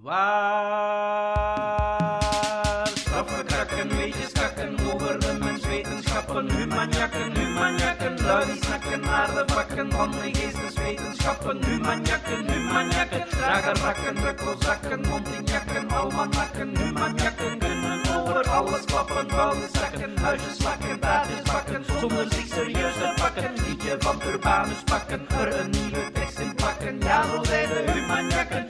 Waar straffen krakken, weetjes kakken over de menswetenschappen. Humanjakken, lui die snakken naar de vakken van de geesteswetenschappen. Humanjakken, dragerrakken, rukkelzakken, mondinjakken, almanakken. Humanjakken kunnen over alles klappen, vuile zakken, huisjes slakken, taartjes bakken, zonder zich serieus te pakken. Liedje van Urbanus pakken, er een nieuwe tekst in plakken. Ja, zo zijn de humanjakken,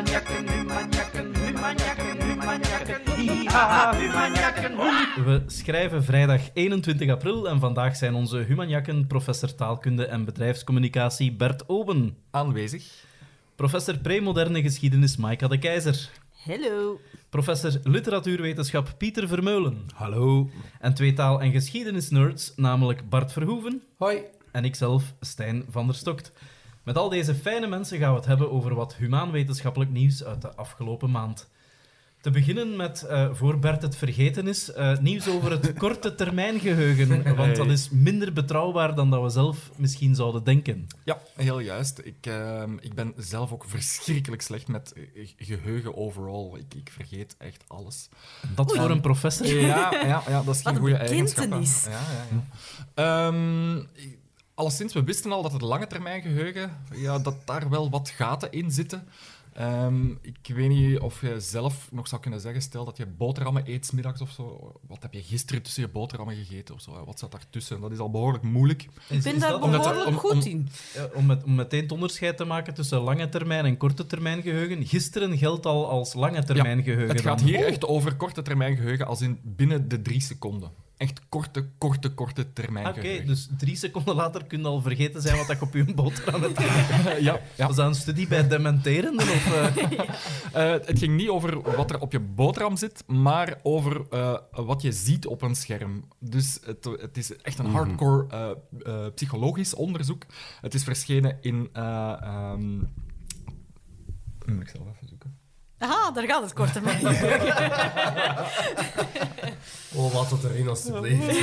hihaha, humanjakken. We schrijven vrijdag 21 april en vandaag zijn onze humanjakken professor taalkunde en bedrijfscommunicatie Bert Oben. Aanwezig. Professor premoderne geschiedenis Maaike de Keizer. Hallo. Professor literatuurwetenschap Pieter Vermeulen. Hallo. En twee taal- en geschiedenisnerds, namelijk Bart Verhoeven. Hoi. En ikzelf, Stijn van der Stokt. Met al deze fijne mensen gaan we het hebben over wat humaanwetenschappelijk nieuws uit de afgelopen maand. Te beginnen met, voor Bert het vergeten is, nieuws over het korte termijn geheugen. Want dat is minder betrouwbaar dan dat we zelf misschien zouden denken. Ja, heel juist. Ik ben zelf ook verschrikkelijk slecht met geheugen overall. Ik vergeet echt alles. Dat voor een professor? Ja, dat is geen goede eigenschap. bekentenis. Alleszins, we wisten al dat het lange termijn geheugen, dat daar wel wat gaten in zitten. Ik weet niet of je zelf nog zou kunnen zeggen, stel dat je boterhammen eet 's middags of zo. Wat heb je gisteren tussen je boterhammen gegeten of zo? Wat zat daartussen? Dat is al behoorlijk moeilijk. Ik ben daar behoorlijk goed in. Om meteen het onderscheid te maken tussen lange termijn en korte termijn geheugen. Gisteren geldt al als lange termijn geheugen. Het gaat hier echt over korte termijn geheugen, als in binnen de 3 seconden. Echt korte termijn geheugen. Oké, dus 3 seconden later kun je al vergeten zijn wat je op je boterham hebt. Ja. Was dat een studie bij dementerenden? Het ging niet over wat er op je boterham zit, maar over wat je ziet op een scherm. Dus het is echt een hardcore psychologisch onderzoek. Het is verschenen in... moet ik zelf even zoeken. Aha, daar gaat het korte termijn. Oh, laat het erin, alstublieft.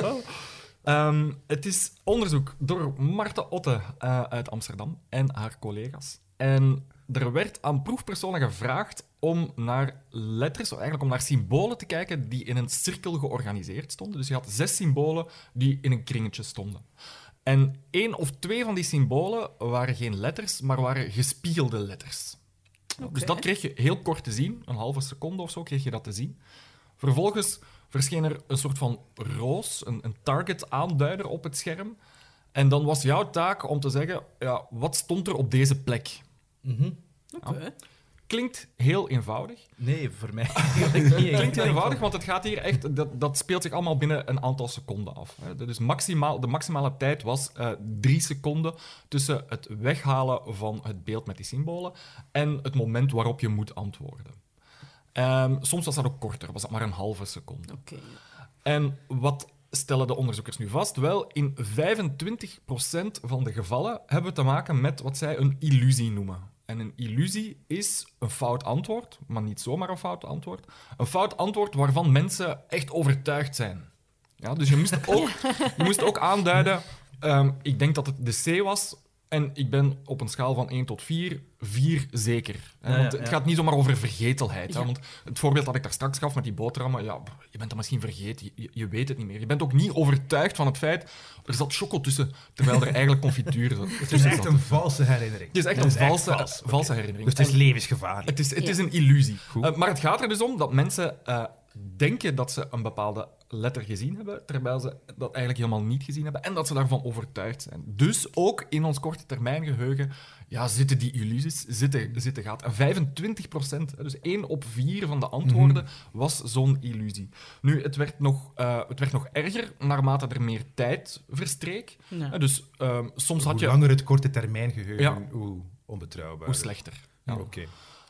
Het is onderzoek door Marta Otte uit Amsterdam en haar collega's. En er werd aan proefpersonen gevraagd om naar letters, eigenlijk om naar symbolen te kijken die in een cirkel georganiseerd stonden. Dus je had 6 symbolen die in een kringetje stonden. En 1 of 2 van die symbolen waren geen letters, maar waren gespiegelde letters. Okay. Dus dat kreeg je heel kort te zien, een halve seconde of zo kreeg je dat te zien. Vervolgens verscheen er een soort van roos, een target-aanduider op het scherm. En dan was jouw taak om te zeggen, wat stond er op deze plek? Oké. Klinkt heel eenvoudig. Nee, voor mij eigenlijk niet. Klinkt heel eenvoudig, want het gaat hier echt... Dat speelt zich allemaal binnen een aantal seconden af. Dus de maximale tijd was 3 seconden tussen het weghalen van het beeld met die symbolen en het moment waarop je moet antwoorden. Soms was dat ook korter, was dat maar een halve seconde. Okay. En wat stellen de onderzoekers nu vast? Wel, in 25% van de gevallen hebben we te maken met wat zij een illusie noemen. En een illusie is een fout antwoord, maar niet zomaar een fout antwoord. Een fout antwoord waarvan mensen echt overtuigd zijn. Ja, dus je moest ook aanduiden, ik denk dat het de C was, en ik ben op een schaal van 1 tot 4, 4 zeker. Want het gaat niet zomaar over vergetelheid. Ja. Want het voorbeeld dat ik daar straks gaf met die boterhammen, je bent dat misschien vergeten, je weet het niet meer. Je bent ook niet overtuigd van het feit, er zat choco tussen, terwijl er eigenlijk confituur zat. Het is echt een valse herinnering. Het is echt een valse herinnering. Dus het is levensgevaarlijk. Het is een illusie. Maar het gaat er dus om dat mensen denken dat ze een bepaalde letter gezien hebben, terwijl ze dat eigenlijk helemaal niet gezien hebben en dat ze daarvan overtuigd zijn. Dus ook in ons korte termijn geheugen zitten die illusies, zitten gaat. En 25%, dus 1 op 4 van de antwoorden was zo'n illusie. Nu, het werd nog erger naarmate er meer tijd verstreek. Ja. Dus soms had je... Hoe langer het korte termijn geheugen, hoe onbetrouwbaar. Hoe slechter. Ja. Oké.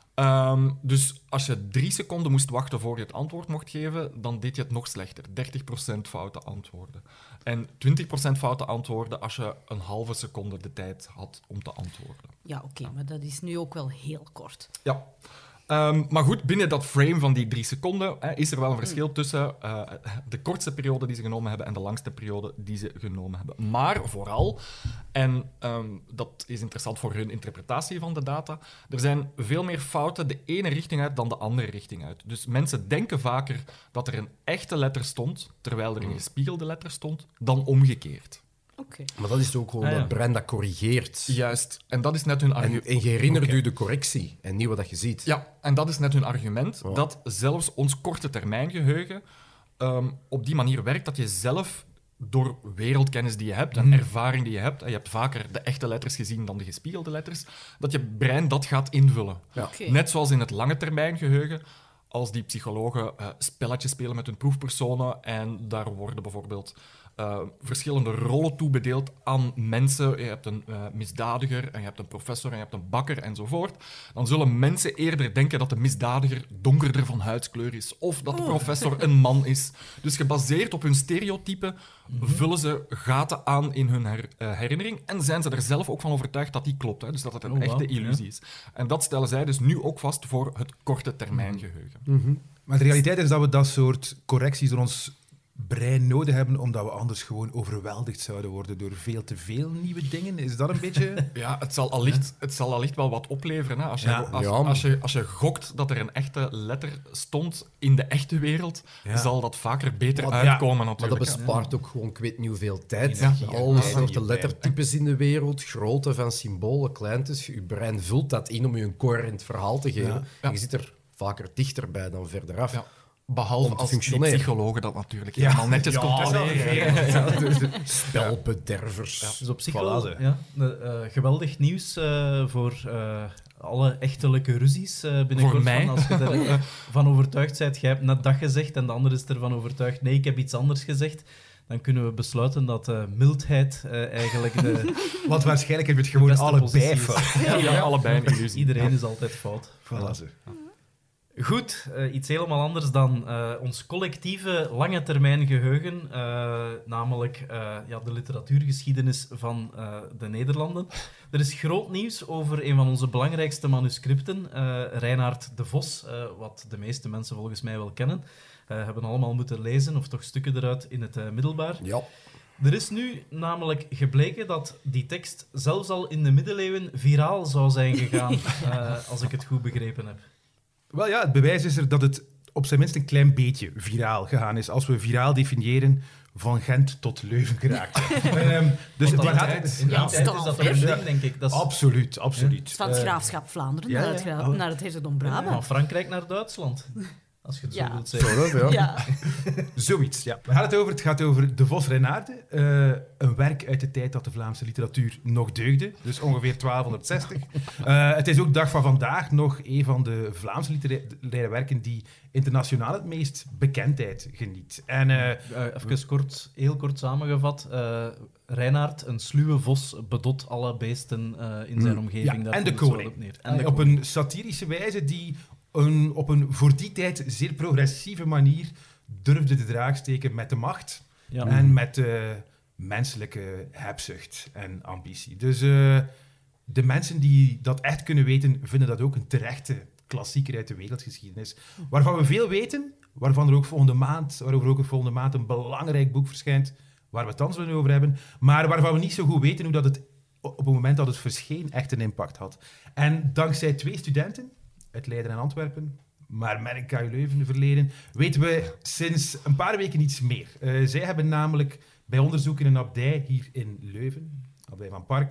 Dus als je 3 seconden moest wachten voor je het antwoord mocht geven, dan deed je het nog slechter. 30% foute antwoorden. En 20% foute antwoorden als je een halve seconde de tijd had om te antwoorden. Ja, oké, maar dat is nu ook wel heel kort. Ja. Maar goed, binnen dat frame van die 3 seconden is er wel een verschil tussen de kortste periode die ze genomen hebben en de langste periode die ze genomen hebben. Maar vooral, en dat is interessant voor hun interpretatie van de data, er zijn veel meer fouten de ene richting uit dan de andere richting uit. Dus mensen denken vaker dat er een echte letter stond, terwijl er een gespiegelde letter stond, dan omgekeerd. Oké. Maar dat is ook gewoon dat brein dat corrigeert. Juist, en dat is net hun argument. En je herinnert je de correctie en niet wat dat je ziet. Ja, en dat is net hun argument, dat zelfs ons korte termijn geheugen op die manier werkt dat je zelf door wereldkennis die je hebt en ervaring die je hebt, en je hebt vaker de echte letters gezien dan de gespiegelde letters, dat je brein dat gaat invullen. Ja. Oké. Net zoals in het lange termijn geheugen, als die psychologen spelletjes spelen met hun proefpersonen en daar worden bijvoorbeeld verschillende rollen toebedeeld aan mensen. Je hebt een misdadiger, en je hebt een professor, en je hebt een bakker, enzovoort. Dan zullen mensen eerder denken dat de misdadiger donkerder van huidskleur is, of dat de professor een man is. Dus gebaseerd op hun stereotypen vullen ze gaten aan in hun herinnering en zijn ze er zelf ook van overtuigd dat die klopt. Hè? Dus dat het een echte illusie is. En dat stellen zij dus nu ook vast voor het korte termijn geheugen. Maar de realiteit is dat we dat soort correcties door ons brein nodig hebben, omdat we anders gewoon overweldigd zouden worden door veel te veel nieuwe dingen. Is dat een beetje... Ja, het zal allicht wel wat opleveren. Hè? Als je gokt dat er een echte letter stond in de echte wereld, zal dat vaker beter uitkomen Maar natuurlijk. dat bespaart ook gewoon, ik weet niet hoeveel tijd. Ja. Alle soorten lettertypes in de wereld, grootte van symbolen, kleintjes. Je brein vult dat in om je een coherent verhaal te geven. Ja. En je zit er vaker dichterbij dan verderaf. Ja. Behalve Om te als die functioneren. psychologen dat natuurlijk helemaal netjes controleren. Spelbedervers. Dus op zich Voilà, wel ze. geweldig nieuws voor alle echtelijke ruzies binnenkort. Voor mij. Als je er van overtuigd bent, jij hebt net dat gezegd en de ander is ervan overtuigd, nee, ik heb iets anders gezegd. Dan kunnen we besluiten dat mildheid eigenlijk de Want waarschijnlijk heb je het gewoon beste allebei positie is. fout. Ja, allebei een illusie. Iedereen is altijd fout. Voilà, ze. Goed, iets helemaal anders dan ons collectieve lange termijn geheugen, namelijk de literatuurgeschiedenis van de Nederlanden. Er is groot nieuws over een van onze belangrijkste manuscripten, Reinaard de Vos, wat de meeste mensen volgens mij wel kennen. Hebben allemaal moeten lezen, of toch stukken eruit in het middelbaar. Ja. Er is nu namelijk gebleken dat die tekst zelfs al in de middeleeuwen viraal zou zijn gegaan, als ik het goed begrepen heb. Wel ja, het bewijs is er dat het op zijn minst een klein beetje viraal gegaan is. Als we viraal definiëren, van Gent tot Leuven geraakt. Dus Want waar in gaat die het? tijd is dat een ding, denk ik. Dat is Absoluut, absoluut. Van het graafschap Vlaanderen ja, naar het hertogdom Brabant. van Frankrijk naar Duitsland. Als je het zo Ja. wilt zeggen. Zo, ja. Ja. Zoiets, ja. Waar gaat het over? Het gaat over De Vos Reinaarde. Een werk uit de tijd dat de Vlaamse literatuur nog deugde. Dus ongeveer 1260. Het is ook dag van vandaag nog een van de Vlaamse literaire werken die internationaal het meest bekendheid geniet. En, Even heel kort samengevat. Reinaard, een sluwe vos, bedot alle beesten in zijn omgeving. ja, Daar en de komt het zo koning. op neer. En de op koning. een satirische wijze die op een voor die tijd zeer progressieve manier durfde de draag steken met de macht Ja. en met de menselijke hebzucht en ambitie. Dus de mensen die dat echt kunnen weten, vinden dat ook een terechte klassieker uit de wereldgeschiedenis. Waarvan we veel weten, waarover ook volgende maand een belangrijk boek verschijnt, waar we het dan zullen over hebben, maar waarvan we niet zo goed weten hoe dat het op het moment dat het verscheen echt een impact had. En dankzij 2 studenten uit Leiden en Antwerpen, maar met een KU Leuven verleden, weten we sinds een paar weken iets meer. Zij hebben namelijk bij onderzoek in een abdij hier in Leuven, abdij van Park,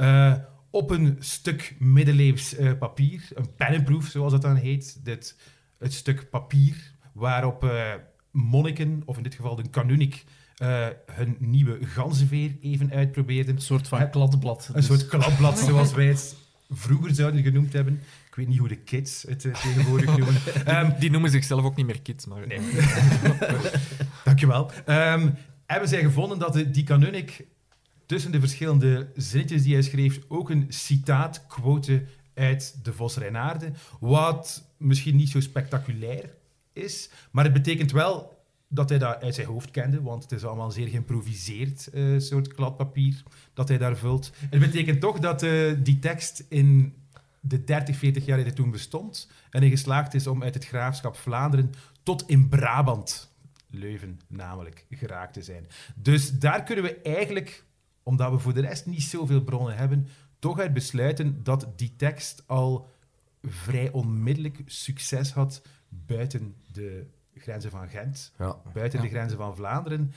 op een stuk middeleeuws papier, een pennenproef zoals dat dan heet, het stuk papier waarop monniken, of in dit geval de kanunnik, hun nieuwe ganzenveer even uitprobeerden. Een soort van kladblad. Een soort kladblad, zoals wij het vroeger zouden genoemd hebben. Ik weet niet hoe de kids het tegenwoordig noemen. Die noemen zichzelf ook niet meer kids, maar... Nee. Dankjewel. Hebben zij gevonden dat die kanunnik tussen de verschillende zinnetjes die hij schreef ook een citaat quote uit De Vos Reinaarde, wat misschien niet zo spectaculair is, maar het betekent wel dat hij dat uit zijn hoofd kende, want het is allemaal zeer geïmproviseerd soort kladpapier dat hij daar vult. Het betekent toch dat die tekst in de 30, 40 jaar die er toen bestond en hij geslaagd is om uit het graafschap Vlaanderen tot in Brabant, Leuven namelijk, geraakt te zijn. Dus daar kunnen we eigenlijk, omdat we voor de rest niet zoveel bronnen hebben, toch uit besluiten dat die tekst al vrij onmiddellijk succes had buiten de grenzen van Gent, buiten de grenzen van Vlaanderen.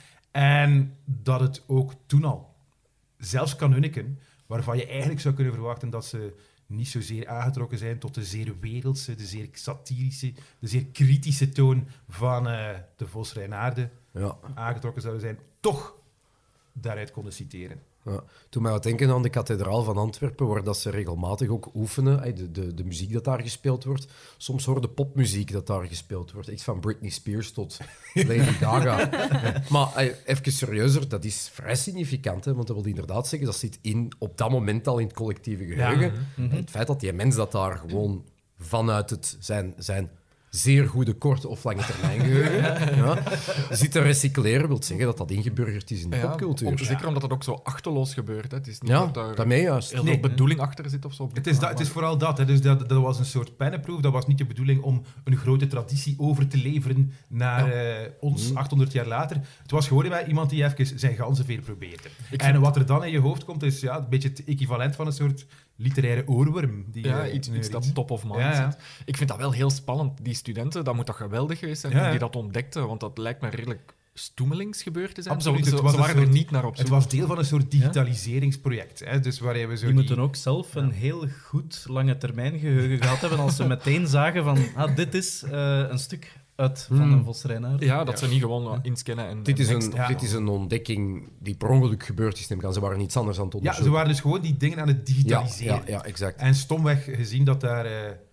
En dat het ook toen al, zelfs kanunniken, waarvan je eigenlijk zou kunnen verwachten dat ze niet zozeer aangetrokken zijn tot de zeer wereldse, de zeer satirische, de zeer kritische toon van de Vos Reinaarde aangetrokken zouden zijn, toch daaruit konden citeren. Ja. Toen mij wat denken aan de kathedraal van Antwerpen, waar dat ze regelmatig ook oefenen, de muziek dat daar gespeeld wordt. Soms hoor de popmuziek dat daar gespeeld wordt. Echt van Britney Spears tot Lady Gaga. Maar even serieuzer, dat is vrij significant, hè, want dat wil inderdaad zeggen, dat zit op dat moment al in het collectieve geheugen. En het feit dat die mens dat daar gewoon vanuit zijn zeer goede korte of lange termijn geheugen zit te recycleren, wil zeggen dat dat ingeburgerd is in de popcultuur. Zeker omdat het ook zo achterloos gebeurt. Hè. Het is niet dat daar daarmee juist. heel veel bedoeling achter zit of zo. Het is vooral dat. Hè. Dus dat was een soort pennenproef. Dat was niet de bedoeling om een grote traditie over te leveren naar ons 800 jaar later. Het was gewoon bij iemand die even zijn ganzenveer probeerde. En wat er dan in je hoofd komt, is een beetje het equivalent van een soort literaire oorworm. Iets dat top of mind zit. Ik vind dat wel heel spannend. Die studenten, dat moet toch geweldig geweest zijn die dat ontdekten, want dat lijkt me redelijk stoemelings gebeurd te zijn. Absoluut. Ze waren er niet naar op zoek. Het was deel van een soort digitaliseringsproject. Hè? Dus waarin we zo die moeten ook zelf een heel goed lange termijn geheugen gehad hebben als ze meteen zagen van dit is een stuk uit van een Vos Reinaarde. Ja, dat ze niet gewoon inscannen en dit is een ontdekking die per ongeluk gebeurd is. Ze waren iets anders aan het onderzoeken. Ja, ze waren dus gewoon die dingen aan het digitaliseren. Ja, exact. En stomweg gezien dat daar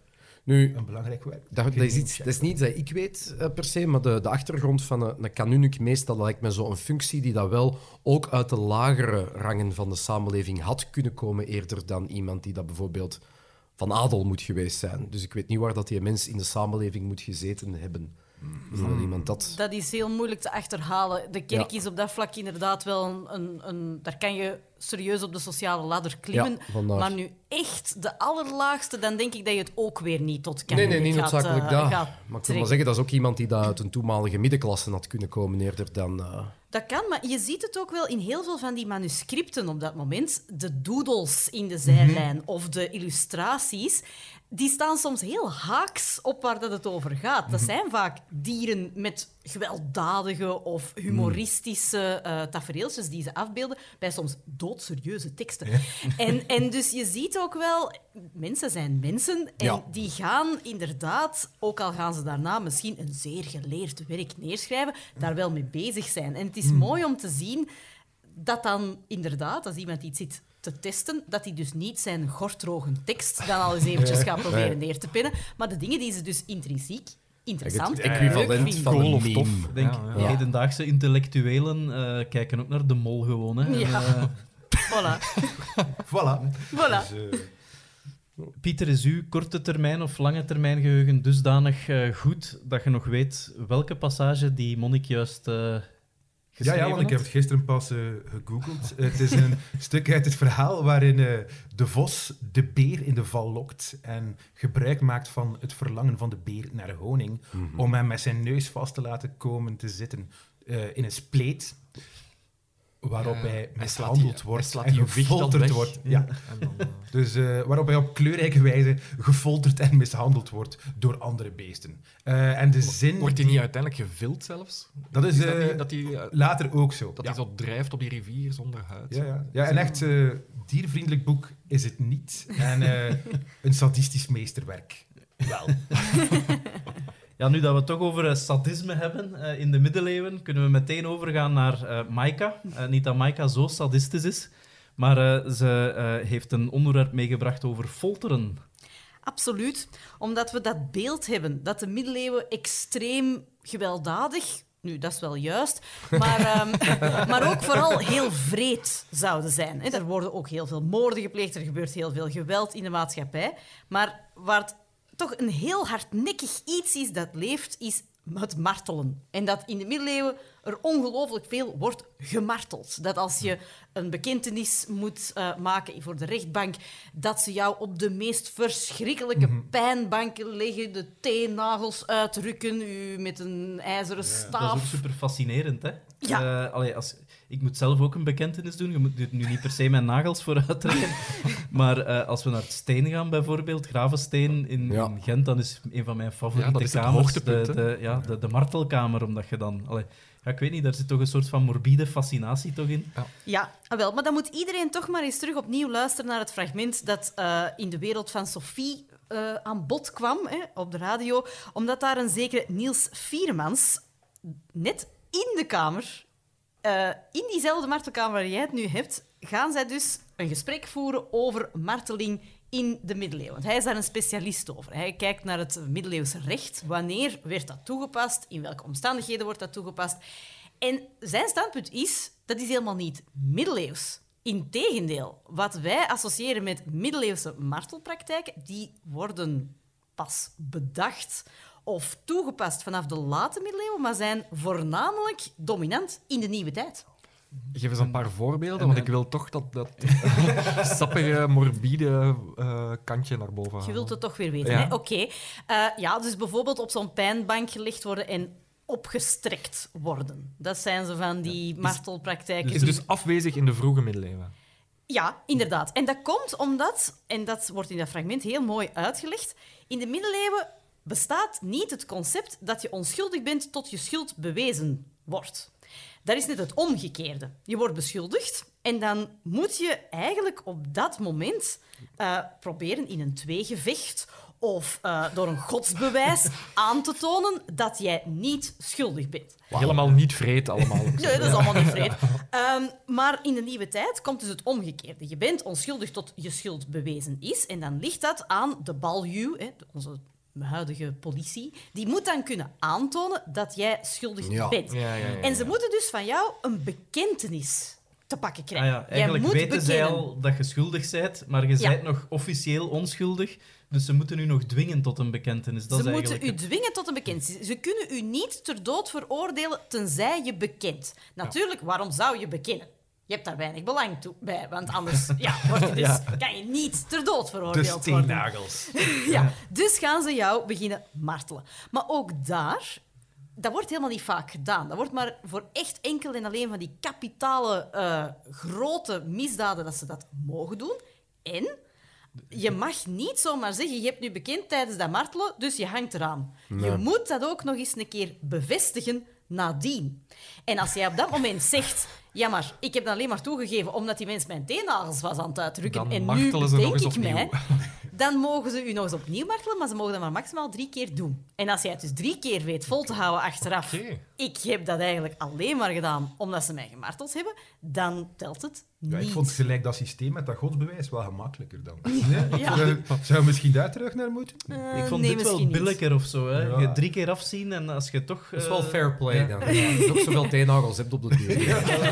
nu, een belangrijk werk dat is niet dat ik weet per se, maar de achtergrond van een kanunnik meestal lijkt me zo'n functie die dat wel ook uit de lagere rangen van de samenleving had kunnen komen, eerder dan iemand die dat bijvoorbeeld van adel moet geweest zijn. Dus ik weet niet waar dat die mens in de samenleving moet gezeten hebben. Is dat iemand dat is heel moeilijk te achterhalen. De kerk is op dat vlak inderdaad wel daar kan je serieus op de sociale ladder klimmen. Maar nu echt de allerlaagste, dan denk ik dat je het ook weer niet tot kan. Nee, niet noodzakelijk dat. Maar ik wil maar zeggen, dat is ook iemand die uit een toenmalige middenklasse had kunnen komen, eerder dan... Dat kan, maar je ziet het ook wel in heel veel van die manuscripten op dat moment. De doodles in de zijlijn of de illustraties, die staan soms heel haaks op waar dat het over gaat. Dat zijn vaak dieren met gewelddadige of humoristische tafereeltjes die ze afbeelden bij soms doodserieuze teksten. En dus je ziet ook wel, mensen zijn mensen en die gaan inderdaad, ook al gaan ze daarna misschien een zeer geleerd werk neerschrijven, daar wel mee bezig zijn. En het is mooi om te zien dat dan inderdaad, als iemand iets zit te testen, dat hij dus niet zijn gortrogen tekst dan al eens eventjes gaat proberen neer te pinnen, maar de dingen die ze dus intrinsiek interessant, het equivalent van cool een of meme. tof. Ik denk, hedendaagse intellectuelen kijken ook naar de mol gewoon. Hè. Ja. Voilà. Voilà. Dus, Pieter, is uw korte termijn of lange termijn geheugen dusdanig goed dat je nog weet welke passage die monnik juist geschreven want ik heb het gisteren pas gegoogeld. Het is een stuk uit het verhaal waarin de vos de beer in de val lokt en gebruik maakt van het verlangen van de beer naar honing om hem met zijn neus vast te laten komen te zitten in een spleet waarop hij mishandeld wordt en gefolterd wordt. Ja. Dus waarop hij op kleurrijke wijze gefolterd en mishandeld wordt door andere beesten. En de zin... Wordt hij niet uiteindelijk gevild zelfs? Dat is later ook zo. Dat hij zo drijft op die rivier zonder huid. Ja, een echt diervriendelijk boek is het niet. En een sadistisch meesterwerk. Wel. Ja, nu dat we het toch over sadisme hebben in de middeleeuwen, kunnen we meteen overgaan naar Maika. Niet dat Maika zo sadistisch is, maar ze heeft een onderwerp meegebracht over folteren. Absoluut, omdat we dat beeld hebben dat de middeleeuwen extreem gewelddadig, nu dat is wel juist, maar ook vooral heel wreed zouden zijn. Er worden ook heel veel moorden gepleegd, er gebeurt heel veel geweld in de maatschappij, maar waar het toch een heel hardnekkig iets is dat leeft, is het martelen. En dat in de middeleeuwen er ongelooflijk veel wordt gemarteld. Dat als je een bekentenis moet maken voor de rechtbank, dat ze jou op de meest verschrikkelijke pijnbanken leggen, de teennagels uitrukken, u met een ijzeren Dat is staaf. ook super fascinerend, hè? Ja. Ik moet zelf ook een bekentenis doen. Je moet er nu niet per se mijn nagels voor uittrekken. Maar als we naar het Steen gaan, bijvoorbeeld, Gravensteen in Gent, dan is een van mijn favoriete dat is het kamers hoogtepunt, hè? de martelkamer, omdat je dan... ik weet niet, daar zit toch een soort van morbide fascinatie toch in. Ja, wel, maar dan moet iedereen toch maar eens terug opnieuw luisteren naar het fragment dat in de wereld van Sophie aan bod kwam op de radio, omdat daar een zekere Niels Viermans net in de kamer, in diezelfde martelkamer waar jij het nu hebt, gaan zij dus een gesprek voeren over marteling in de middeleeuwen. Want hij is daar een specialist over. Hij kijkt naar het middeleeuwse recht. Wanneer werd dat toegepast? In welke omstandigheden wordt dat toegepast? En zijn standpunt is, dat is helemaal niet middeleeuws. Integendeel, wat wij associëren met middeleeuwse martelpraktijken, die worden pas bedacht of toegepast vanaf de late middeleeuwen, maar zijn voornamelijk dominant in de nieuwe tijd. Geef eens een paar voorbeelden, want ik wil toch dat sappige, morbide kantje naar boven halen. Je wilt het toch weer weten, Ja. hè? Oké. Dus bijvoorbeeld op zo'n pijnbank gelegd worden en opgestrekt worden. Dat zijn zo van die martelpraktijken. Is dus afwezig in de vroege middeleeuwen. Ja, inderdaad. En dat komt omdat, en dat wordt in dat fragment heel mooi uitgelegd, in de middeleeuwen bestaat niet het concept dat je onschuldig bent tot je schuld bewezen wordt. Dat is net het omgekeerde. Je wordt beschuldigd en dan moet je eigenlijk op dat moment proberen in een tweegevecht of door een godsbewijs aan te tonen dat jij niet schuldig bent. Helemaal niet vreed allemaal. Nee, dat is allemaal niet vreed. Maar in de nieuwe tijd komt dus het omgekeerde. Je bent onschuldig tot je schuld bewezen is. En dan ligt dat aan de baljuw, onze huidige politie. Die moet dan kunnen aantonen dat jij schuldig bent. Ja. En ze moeten dus van jou een bekentenis te pakken krijgen. Eigenlijk jij moet weten zij bekennen. al dat je schuldig bent, maar je bent nog officieel onschuldig. Dus ze moeten u nog dwingen tot een bekentenis. Dat Ze is moeten eigenlijk u dwingen tot een bekentenis. Ze kunnen u niet ter dood veroordelen tenzij je bekent. Natuurlijk, waarom zou je bekennen? Je hebt daar weinig belang bij, want anders kan je niet ter dood De veroordeeld worden. steennagels. Ja, dus gaan ze jou beginnen martelen. Maar ook daar, dat wordt helemaal niet vaak gedaan. Dat wordt maar voor echt enkel en alleen van die kapitale, grote misdaden dat ze dat mogen doen. En je mag niet zomaar zeggen, je hebt nu bekend tijdens dat martelen, dus je hangt eraan. Nee. Je moet dat ook nog eens een keer bevestigen nadien. En als jij op dat moment zegt, ja, maar ik heb dat alleen maar toegegeven omdat die mens mijn teennagels was aan het uitdrukken Dan en nu martelen ze nog bedenk eens ik mij, opnieuw. dan mogen ze u nog eens opnieuw martelen, maar ze mogen dat maar maximaal 3 keer doen. En als jij het dus 3 keer weet vol te houden achteraf, Oké. ik heb dat eigenlijk alleen maar gedaan omdat ze mij gemarteld hebben, dan telt het Ja, niet. ik vond gelijk dat systeem met dat godsbewijs wel gemakkelijker dan. Ja. Zou je misschien daar terug naar moeten? Ik vond nee, dit wel misschien niet. billijker of zo. Hè. Ja. Je 3 keer afzien en als je toch... Dat is wel fair play ja. dan. Als je ook zoveel teennagels hebt op de duur.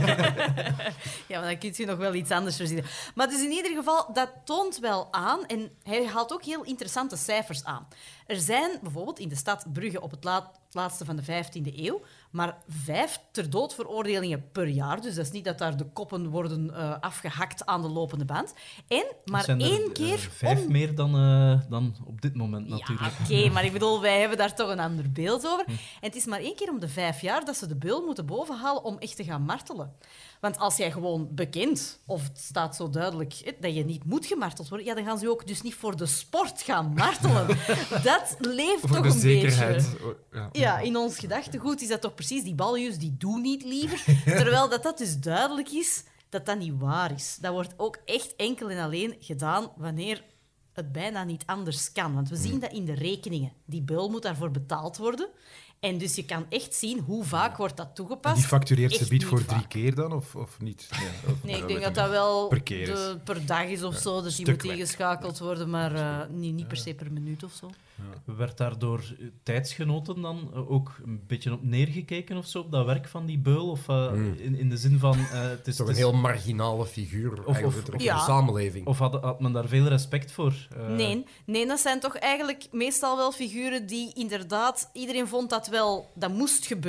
Ja, maar dan kun je nog wel iets anders verzinnen. Maar dus in ieder geval, dat toont wel aan, en hij haalt ook heel interessante cijfers aan. Er zijn bijvoorbeeld in de stad Brugge op het laatste van de 15e eeuw maar 5 ter dood veroordelingen per jaar. Dus dat is niet dat daar de koppen worden afgehakt aan de lopende band. En maar Zijn er, 1 keer 5 meer dan op dit moment natuurlijk. Ja, oké, maar ik bedoel, wij hebben daar toch een ander beeld over. En het is maar 1 keer om de 5 jaar dat ze de beul moeten bovenhalen om echt te gaan martelen. Want als jij gewoon bekent, of het staat zo duidelijk dat je niet moet gemarteld worden, ja, dan gaan ze je ook dus niet voor de sport gaan martelen. Dat leeft Voor toch de een zekerheid. beetje... Ja, in ons gedachtegoed is dat toch precies die baljuws, die doen niet liever. Terwijl dat dus duidelijk is dat dat niet waar is. Dat wordt ook echt enkel en alleen gedaan wanneer het bijna niet anders kan. Want we zien dat in de rekeningen. Die beul moet daarvoor betaald worden. En dus je kan echt zien hoe vaak wordt dat toegepast. Die factureert ze Echt biedt niet voor 3 vaak. keer dan, of niet? Nee, Nee, ik denk dat dat wel per keer is. per dag is of zo. Dus die stuk moet werk. ingeschakeld worden, maar niet per se per minuut of zo. Werd daar door tijdsgenoten dan ook een beetje op neergekeken of zo, op dat werk van die beul? Of in de zin van... het is Toch een heel marginale figuur eigenlijk in de Ja. samenleving. Of had men daar veel respect voor? Nee, dat zijn toch eigenlijk meestal wel figuren die inderdaad... Iedereen vond dat wel... Dat moest gebeuren.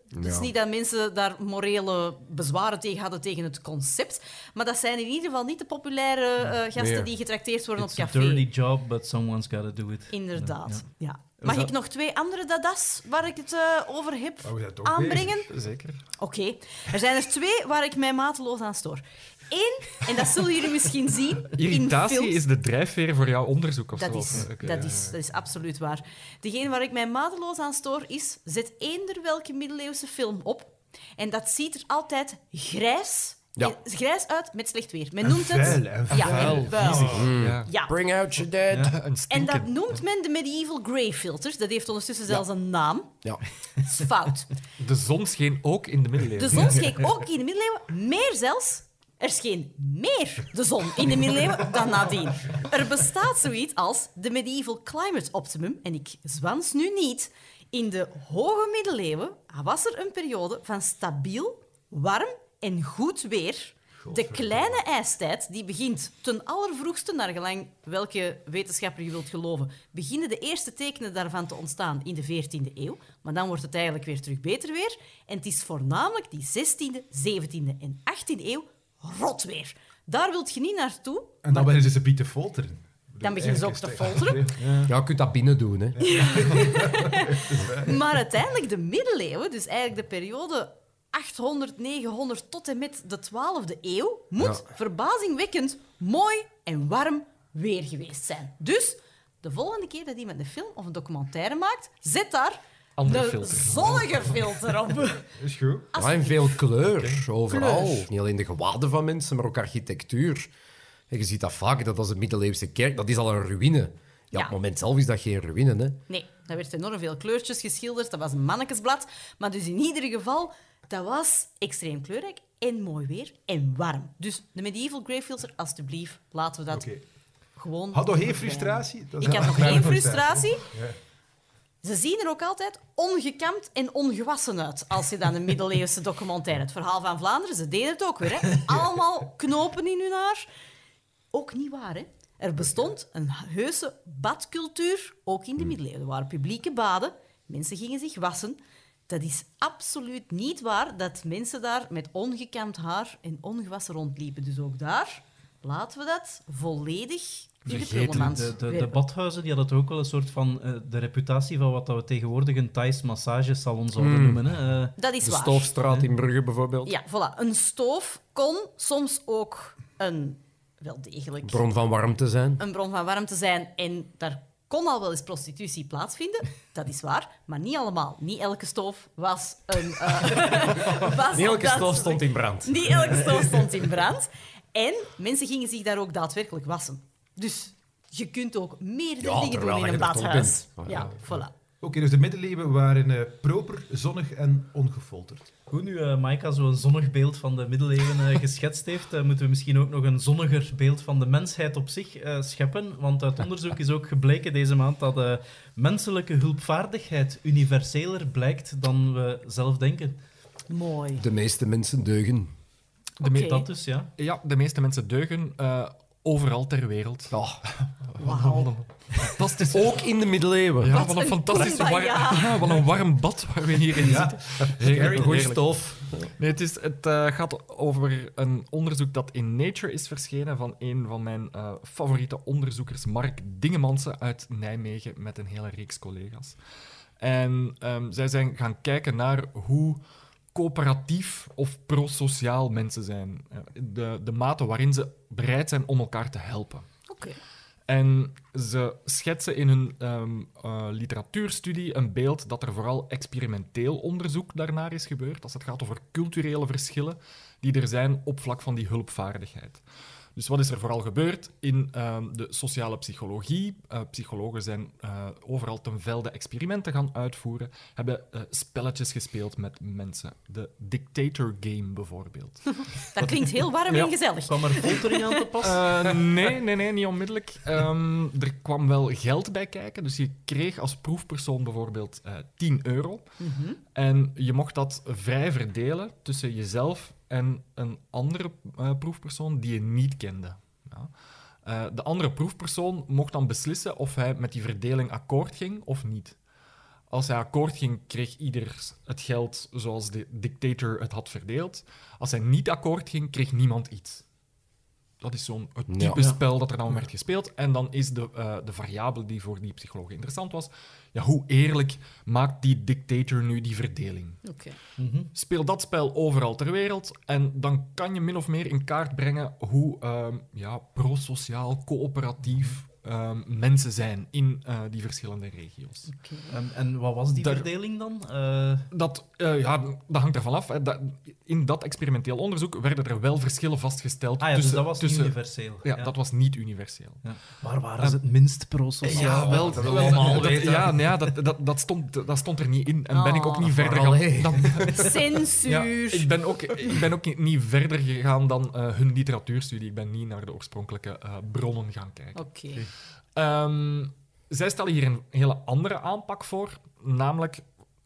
Het is niet dat mensen daar morele bezwaren tegen hadden tegen het concept, maar dat zijn in ieder geval niet de populaire gasten die getrakteerd worden It's op a café. dirty job, but someone's got to do it. Inderdaad, Ja. ja. Mag dat- ik nog 2 andere dadas waar ik het over heb Oh, we zijn toch aanbrengen? Zeker. Oké, er zijn er 2 waar ik mij mateloos aan stoor. 1, en dat zullen jullie misschien zien Irritatie in films. is de drijfveer voor jouw onderzoek, of Dat zo? is, Oké, dat, ja, is, ja. dat is absoluut waar. Degene waar ik mij mateloos aan stoor is, zet eender welke middeleeuwse film op en dat ziet er altijd grijs, grijs uit met slecht weer. Men noemt vuil, het... en ja, vuil, en vuil. viezig. Ja. Ja. Bring out your dead. Een En stinker. dat noemt men de medieval grey filters. Dat heeft ondertussen zelfs een naam. Ja. Dat is fout. De zon scheen ook in de middeleeuwen. De zon scheen ook in de middeleeuwen. Meer zelfs, er scheen meer de zon in de middeleeuwen dan nadien. Er bestaat zoiets als de medieval climate optimum. En ik zwans nu niet. In de hoge middeleeuwen was er een periode van stabiel, warm en goed weer. De kleine ijstijd, die begint ten allervroegste, naar gelang welke wetenschapper je wilt geloven, beginnen de eerste tekenen daarvan te ontstaan in de 14e eeuw. Maar dan wordt het eigenlijk weer terug beter weer. En het is voornamelijk die 16e, 17e en 18e eeuw rot weer. Daar wilt je niet naartoe. En dan beginnen ze te folteren. Dan beginnen ze ook te Eigenlijk folteren. Ja, je kunt dat binnen doen. Hè. Maar uiteindelijk de middeleeuwen, dus eigenlijk de periode 800, 900 tot en met de 12e eeuw, moet verbazingwekkend mooi en warm weer geweest zijn. Dus de volgende keer dat iemand een film of een documentaire maakt, zet daar Andere een filter. zonnige filter op. Is goed. Ja, en veel kleur, overal. Kleur. Niet alleen de gewaden van mensen, maar ook architectuur. En je ziet dat vaak, dat als een middeleeuwse kerk, dat is al een ruïne. Ja, Ja. op het moment zelf is dat geen ruïne. Hè. Nee, daar werd enorm veel kleurtjes geschilderd. Dat was een mannekesblad. Maar dus in ieder geval, dat was extreem kleurrijk en mooi weer en warm. Dus de medieval grey filter, alstublieft, laten we dat Oké. gewoon... Had nog geen verdwijnen. frustratie? Dat is Ik wel had nog een kleine geen frustratie. Ja. Ze zien er ook altijd ongekamd en ongewassen uit als je dan een middeleeuwse documentaire... Het Verhaal van Vlaanderen, ze deden het ook weer. Hè. Allemaal knopen in hun haar. Ook niet waar, hè. Er bestond een heuse badcultuur, ook in de middeleeuwen. Er waren publieke baden, mensen gingen zich wassen. Dat is absoluut niet waar dat mensen daar met ongekamd haar en ongewassen rondliepen. Dus ook daar laten we dat volledig in de Vergeten. prullenmand De werpen. badhuizen die hadden ook wel een soort van de reputatie van wat dat we tegenwoordig een Thais massagesalon zouden noemen. Hè. Dat is De waar. Stoofstraat in Brugge bijvoorbeeld. Ja, voilà. Een stoof kon soms ook wel degelijk Bron van warmte zijn. een bron van warmte zijn. En daar kon al wel eens prostitutie plaatsvinden. Dat is waar. Maar niet allemaal. Niet elke stoof was een... was Niet elke dat- stoof stond in brand. Niet elke stoof stond in brand. En mensen gingen zich daar ook daadwerkelijk wassen. Dus je kunt ook meerdere Ja, dingen terwijl doen in je een er toch badhuis. bent. Ja, voilà. Oké, dus de middeleeuwen waren proper, zonnig en ongefolterd. Hoe nu Maika zo'n zonnig beeld van de middeleeuwen geschetst heeft, moeten we misschien ook nog een zonniger beeld van de mensheid op zich scheppen. Want uit onderzoek is ook gebleken deze maand dat menselijke hulpvaardigheid universeler blijkt dan we zelf denken. Mooi. De meeste mensen deugen. Oké. Dat dus, ja. Ja, de meeste mensen deugen overal ter wereld. Ja. Wauw. Fantastisch. Ook in de middeleeuwen. Ja, Wat wat een een fantastisch kumbaya. ja, wat een warm bad waar we hierin zitten. Heerlijk, Goeie heerlijk. stof. Nee, het gaat over een onderzoek dat in Nature is verschenen van een van mijn favoriete onderzoekers, Mark Dingemansen uit Nijmegen, met een hele reeks collega's. En zij zijn gaan kijken naar hoe coöperatief of prosociaal mensen zijn. De mate waarin ze bereid zijn om elkaar te helpen. Oké. En ze schetsen in hun literatuurstudie een beeld dat er vooral experimenteel onderzoek daarnaar is gebeurd, als het gaat over culturele verschillen die er zijn op vlak van die hulpvaardigheid. Dus wat is er vooral gebeurd in de sociale psychologie? Psychologen zijn overal ten velde experimenten gaan uitvoeren, hebben spelletjes gespeeld met mensen. De Dictator Game bijvoorbeeld. Dat klinkt heel warm Ja. en gezellig. Kwam er foltering aan te pas? Nee, niet onmiddellijk. Er kwam wel geld bij kijken. Dus je kreeg als proefpersoon bijvoorbeeld €10. En je mocht dat vrij verdelen tussen jezelf en een andere proefpersoon die je niet kende. Ja. De andere proefpersoon mocht dan beslissen of hij met die verdeling akkoord ging of niet. Als hij akkoord ging, kreeg ieder het geld zoals de dictator het had verdeeld. Als hij niet akkoord ging, kreeg niemand iets. Dat is zo'n het type spel dat er dan werd gespeeld. En dan is de variabele die voor die psycholoog interessant was, ja, hoe eerlijk maakt die dictator nu die verdeling? Oké. Speel dat spel overal ter wereld en dan kan je min of meer in kaart brengen hoe prosociaal, coöperatief mensen zijn in die verschillende regio's. En wat was die Daar- verdeling dan? Dat hangt ervan af. Hè. In dat experimenteel onderzoek werden er wel verschillen vastgesteld. Dus dat was niet universeel. Ja, dat was niet universeel. Ja. Waar waren ze het minst pro-sociaal? Ja, wel, Dat willen we allemaal weten. dat stond er niet in. En ben ik ook niet Oh. verder Allee. gaan... Censuur. Ja, ik ben ook niet verder gegaan dan hun literatuurstudie. Ik ben niet naar de oorspronkelijke bronnen gaan kijken. Oké. Zij stellen hier een hele andere aanpak voor, namelijk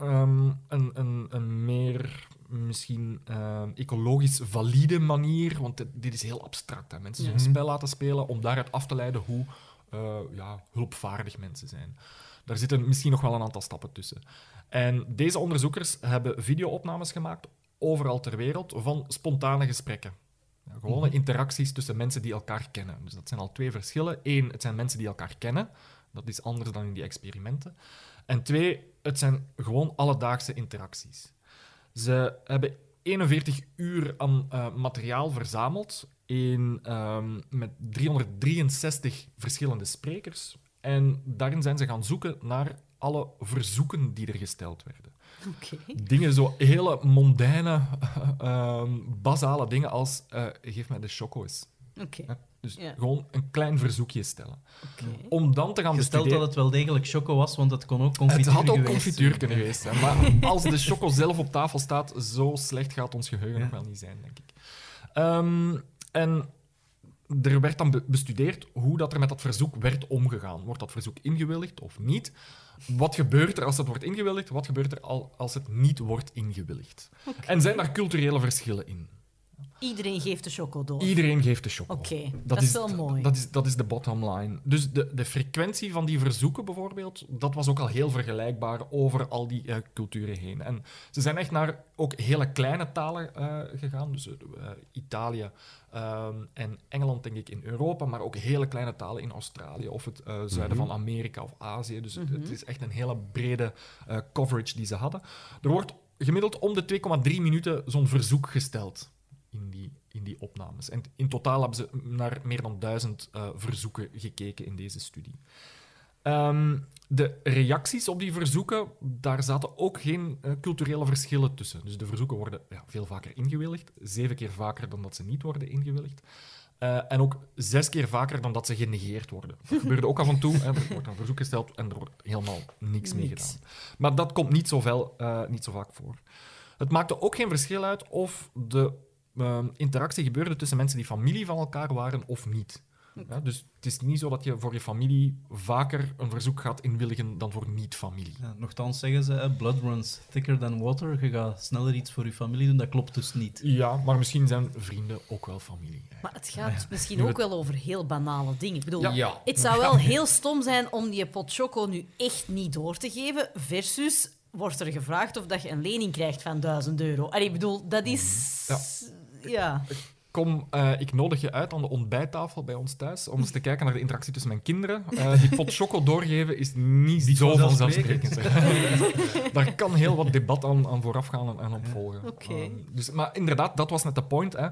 een meer misschien ecologisch valide manier, want dit is heel abstract. Hè. Mensen zo'n spel laten spelen om daaruit af te leiden hoe hulpvaardig mensen zijn. Daar zitten misschien nog wel een aantal stappen tussen. En deze onderzoekers hebben video-opnames gemaakt overal ter wereld van spontane gesprekken. Ja, gewone interacties tussen mensen die elkaar kennen. Dus dat zijn al twee verschillen. 1, het zijn mensen die elkaar kennen. Dat is anders dan in die experimenten. En 2, het zijn gewoon alledaagse interacties. Ze hebben 41 uur aan materiaal verzameld met 363 verschillende sprekers. En daarin zijn ze gaan zoeken naar alle verzoeken die er gesteld werden. Oké. Dingen, zo hele mondaine, basale dingen als geef mij de choco's. Oké. Dus Ja. gewoon een klein verzoekje stellen. Oké. Om dan te gaan Gesteld bestuderen... dat het wel degelijk choco was, want het kon ook confituur Het had ook geweest confituur zijn. kunnen geweest zijn. Maar als de choco zelf op tafel staat, zo slecht gaat ons geheugen nog wel niet zijn, denk ik. En er werd dan bestudeerd hoe dat er met dat verzoek werd omgegaan. Wordt dat verzoek ingewilligd of niet? Wat gebeurt er als het wordt ingewilligd? Wat gebeurt er als het niet wordt ingewilligd? En zijn daar culturele verschillen in? Iedereen geeft de choco door. Iedereen geeft de choco. Oké, dat is wel mooi. Dat is de bottom line. Dus de frequentie van die verzoeken bijvoorbeeld, dat was ook al heel vergelijkbaar over al die culturen heen. En ze zijn echt naar ook hele kleine talen gegaan. Dus Italië en Engeland, denk ik, in Europa, maar ook hele kleine talen in Australië of het zuiden van Amerika of Azië. Dus het is echt een hele brede coverage die ze hadden. Er wordt gemiddeld om de 2,3 minuten zo'n verzoek gesteld in die opnames. En in totaal hebben ze naar meer dan 1000 verzoeken gekeken in deze studie. De reacties op die verzoeken, daar zaten ook geen culturele verschillen tussen. Dus de verzoeken worden veel vaker ingewilligd, 7 keer vaker dan dat ze niet worden ingewilligd. En ook 6 keer vaker dan dat ze genegeerd worden. Dat gebeurde ook af en toe. Hè. Er wordt een verzoek gesteld en er wordt helemaal niks mee gedaan. Maar dat komt niet zo vaak voor. Het maakte ook geen verschil uit of de interactie gebeurde tussen mensen die familie van elkaar waren of niet. Ja, dus het is niet zo dat je voor je familie vaker een verzoek gaat inwilligen dan voor niet-familie. Ja, nochtans zeggen ze, blood runs thicker than water. Je gaat sneller iets voor je familie doen, dat klopt dus niet. Ja, maar misschien zijn vrienden ook wel familie. Maar het gaat misschien ook wel over heel banale dingen. Ik bedoel, Ja. het zou wel heel stom zijn om die pot choco nu echt niet door te geven, versus wordt er gevraagd of dat je een lening krijgt van €1000. Allee, ik bedoel, dat is... Ja. Kom, ik nodig je uit aan de ontbijttafel bij ons thuis om eens te kijken naar de interactie tussen mijn kinderen. Die pot choco doorgeven is niet zo vanzelfsprekend. Daar kan heel wat debat aan vooraf gaan en op volgen. Oké. Maar inderdaad, dat was net de point. Hè.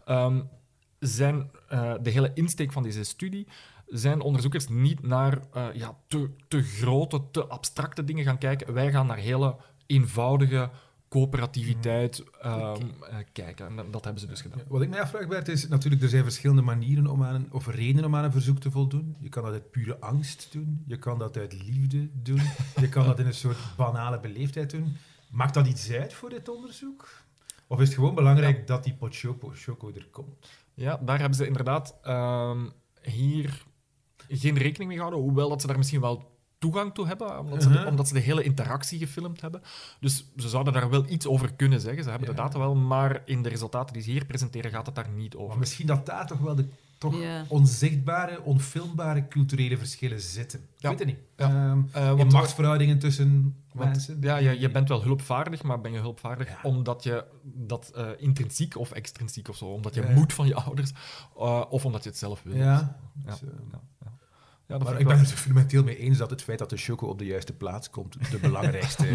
De hele insteek van deze studie zijn onderzoekers niet naar te grote, te abstracte dingen gaan kijken. Wij gaan naar hele eenvoudige coöperativiteit kijken. En dat hebben ze dus gedaan. Wat ik mij afvraag, Bert, is natuurlijk, er zijn verschillende manieren of redenen om aan een verzoek te voldoen. Je kan dat uit pure angst doen, je kan dat uit liefde doen, je kan dat in een soort banale beleefdheid doen. Maakt dat iets uit voor dit onderzoek? Of is het gewoon belangrijk dat die pot choco er komt? Ja, daar hebben ze inderdaad hier geen rekening mee gehouden, hoewel dat ze daar misschien wel toegang toe hebben, omdat ze de hele interactie gefilmd hebben. Dus ze zouden daar wel iets over kunnen zeggen. Ze hebben de data wel, maar in de resultaten die ze hier presenteren gaat het daar niet over. Maar misschien dat daar toch wel de toch Ja. onzichtbare, onfilmbare culturele verschillen zitten. Ik Ja. weet het niet. Ja. In Want- machtsverhoudingen tussen Want, mensen. ja, je bent wel hulpvaardig, maar ben je hulpvaardig Ja. omdat je dat intrinsiek of extrinsiek of zo, omdat je Ja. moet van je ouders, of omdat je het zelf wil. Ja. Ja. Dus, Ja, dat maar vind ik ben wel- het er fundamenteel mee eens dat het feit dat de choco op de juiste plaats komt de belangrijkste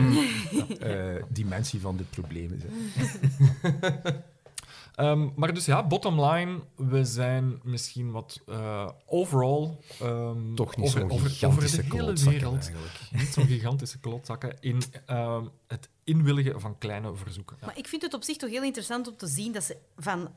dimensie van dit probleem is. Hè. Maar dus ja, bottom line, we zijn misschien wat overall... Toch niet over, zo'n over gigantische de hele klootzakken wereld. eigenlijk. Niet zo'n gigantische klootzakken in het inwilligen van kleine verzoeken. Ja. Maar ik vind het op zich toch heel interessant om te zien dat ze van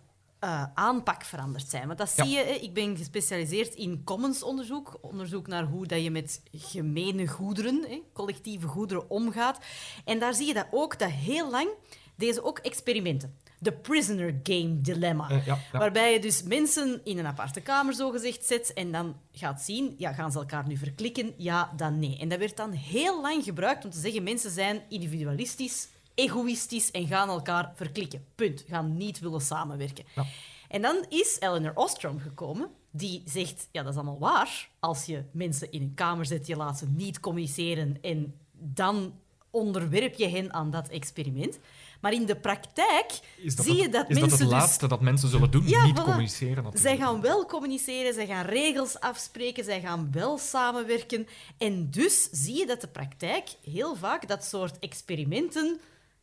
aanpak veranderd zijn. Want dat zie je, hè. Ik ben gespecialiseerd in commons-onderzoek. Onderzoek naar hoe dat je met gemene goederen, hè, collectieve goederen, omgaat. En daar zie je dat ook, dat heel lang deze ook experimenten. De prisoner game dilemma. Ja. Waarbij je dus mensen in een aparte kamer zogezegd zet en dan gaat zien, ja, gaan ze elkaar nu verklikken? Ja, dan nee. En dat werd dan heel lang gebruikt om te zeggen, mensen zijn individualistisch, egoïstisch en gaan elkaar verklikken. Punt. Gaan niet willen samenwerken. Ja. En dan is Elinor Ostrom gekomen, die zegt, ja, dat is allemaal waar. Als je mensen in een kamer zet, je laat ze niet communiceren en dan onderwerp je hen aan dat experiment. Maar in de praktijk zie je dat is mensen dat het dus... laatste dat mensen zullen doen? Ja, niet voilà. communiceren natuurlijk. Zij gaan wel communiceren, zij gaan regels afspreken, zij gaan wel samenwerken. En dus zie je dat de praktijk heel vaak dat soort experimenten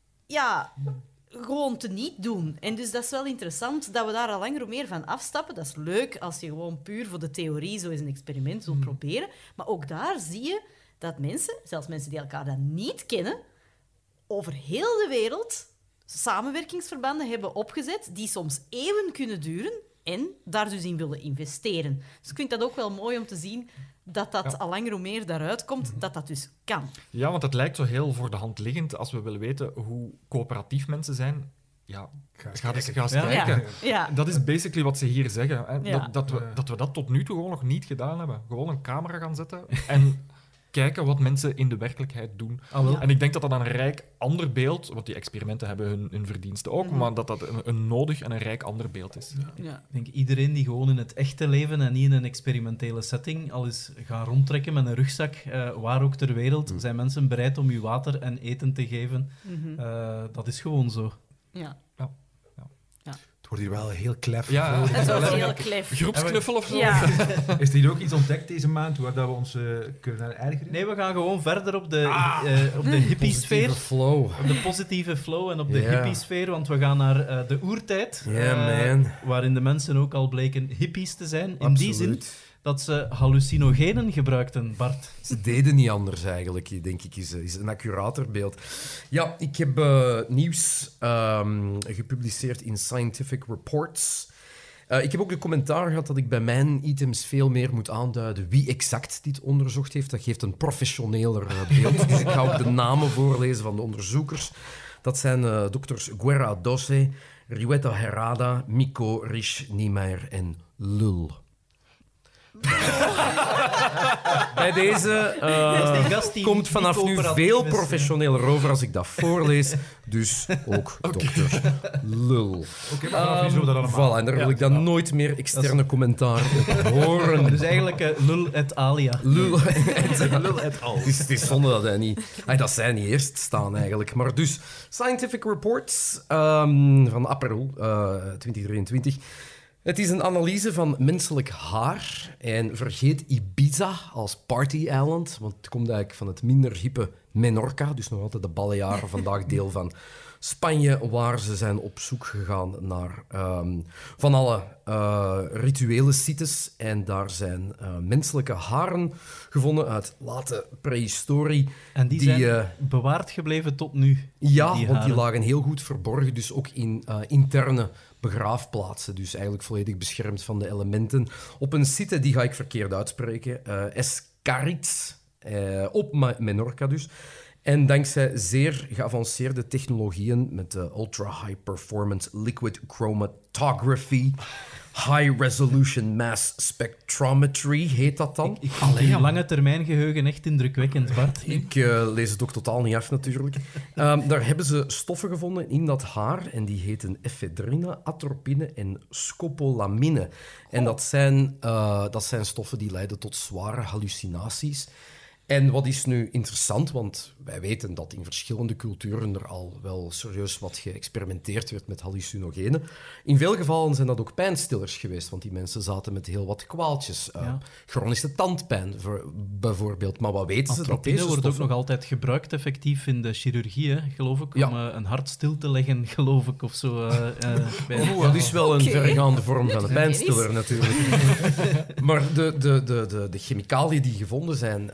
ja, gewoon teniet doen. En dus dat is wel interessant dat we daar al langer meer van afstappen. Dat is leuk als je gewoon puur voor de theorie zo eens een experiment wilt proberen. Maar ook daar zie je dat mensen, zelfs mensen die elkaar dan niet kennen, over heel de wereld samenwerkingsverbanden hebben opgezet die soms eeuwen kunnen duren en daar dus in willen investeren. Dus ik vind dat ook wel mooi om te zien dat dat al langer hoe meer daaruit komt, dat dat dus kan. Ja, want het lijkt zo heel voor de hand liggend als we willen weten hoe coöperatief mensen zijn. Ja, ga eens Ja. kijken. Ja. Dat is basically wat ze hier zeggen. Hè. Ja. Dat we dat tot nu toe gewoon nog niet gedaan hebben. Gewoon een camera gaan zetten en kijken wat mensen in de werkelijkheid doen. Ah, wel. En ik denk dat dat een rijk ander beeld, want die experimenten hebben hun verdiensten ook, maar dat dat een nodig en een rijk ander beeld is. Ja. Ik denk iedereen die gewoon in het echte leven en niet in een experimentele setting al eens gaat rondtrekken met een rugzak, waar ook ter wereld, zijn mensen bereid om u water en eten te geven. Dat is gewoon zo. Ja. Het wordt hier wel heel klef. Ja, Dat is wel heel klef. groepsknuffel of zo. Ja. Is er hier ook iets ontdekt deze maand waar dat we ons kunnen ergeren? Nee, we gaan gewoon verder op de hippie-sfeer. Positieve flow. Op de positieve flow en op de Ja. hippie-sfeer, want we gaan naar de oertijd, Ja, man. waarin de mensen ook al bleken hippies te zijn. In die zin Absoluut. dat ze hallucinogenen gebruikten, Bart. Ze deden niet anders eigenlijk, denk ik, is een accurater beeld. Ja, ik heb nieuws gepubliceerd in Scientific Reports. Ik heb ook de commentaar gehad dat ik bij mijn items veel meer moet aanduiden wie exact dit onderzocht heeft. Dat geeft een professioneler beeld. Dus ik ga ook de namen voorlezen van de onderzoekers. Dat zijn dokters Guerra Dosse, Riueta Herrada, Miko Risch Niemeyer en Lul. Bij deze die gast die komt niet vanaf nu coöperatief veel is, professioneler over als ik dat voorlees. Dus ook dokter Lul. Oké, maar vanaf nu zullen we dat allemaal. Voilà, en daar wil ik dan nooit meer externe commentaar op horen. Dus eigenlijk Lul et alia. Lul et al. Het is zonde dat hij niet... dat zij niet eerst staan, eigenlijk. Maar dus, Scientific Reports van april 2023... Het is een analyse van menselijk haar en vergeet Ibiza als party-eiland, want het komt eigenlijk van het minder hippe Menorca, dus nog altijd de Balearen, vandaag deel van Spanje, waar ze zijn op zoek gegaan naar van alle rituele sites. En daar zijn menselijke haren gevonden uit late prehistorie. En die zijn bewaard gebleven tot nu. Ja, want die haren. lagen heel goed verborgen, dus ook in interne begraafplaatsen. Dus eigenlijk volledig beschermd van de elementen. Op een site, die ga ik verkeerd uitspreken, Escaritz, op Menorca dus. En dankzij zeer geavanceerde technologieën met ultra-high-performance liquid chromatography High Resolution Mass Spectrometry heet dat dan. Ik vind uw lange termijn geheugen echt indrukwekkend, Bart. Ik lees het ook totaal niet af, natuurlijk. Daar hebben ze stoffen gevonden in dat haar en die heten efedrine, atropine en scopolamine. En dat zijn stoffen die leiden tot zware hallucinaties. En wat is nu interessant, want wij weten dat in verschillende culturen er al wel serieus wat geëxperimenteerd werd met hallucinogenen. In veel gevallen zijn dat ook pijnstillers geweest, want die mensen zaten met heel wat kwaaltjes. Chronische tandpijn bijvoorbeeld. Maar wat weten ze? Dat deze wordt ook stoffen... nog altijd gebruikt effectief in de chirurgie, hè, geloof ik, om een hart stil te leggen, geloof ik, of zo. Dat is wel een verregaande vorm van een pijnstiller, natuurlijk. Maar de chemicaliën die gevonden zijn,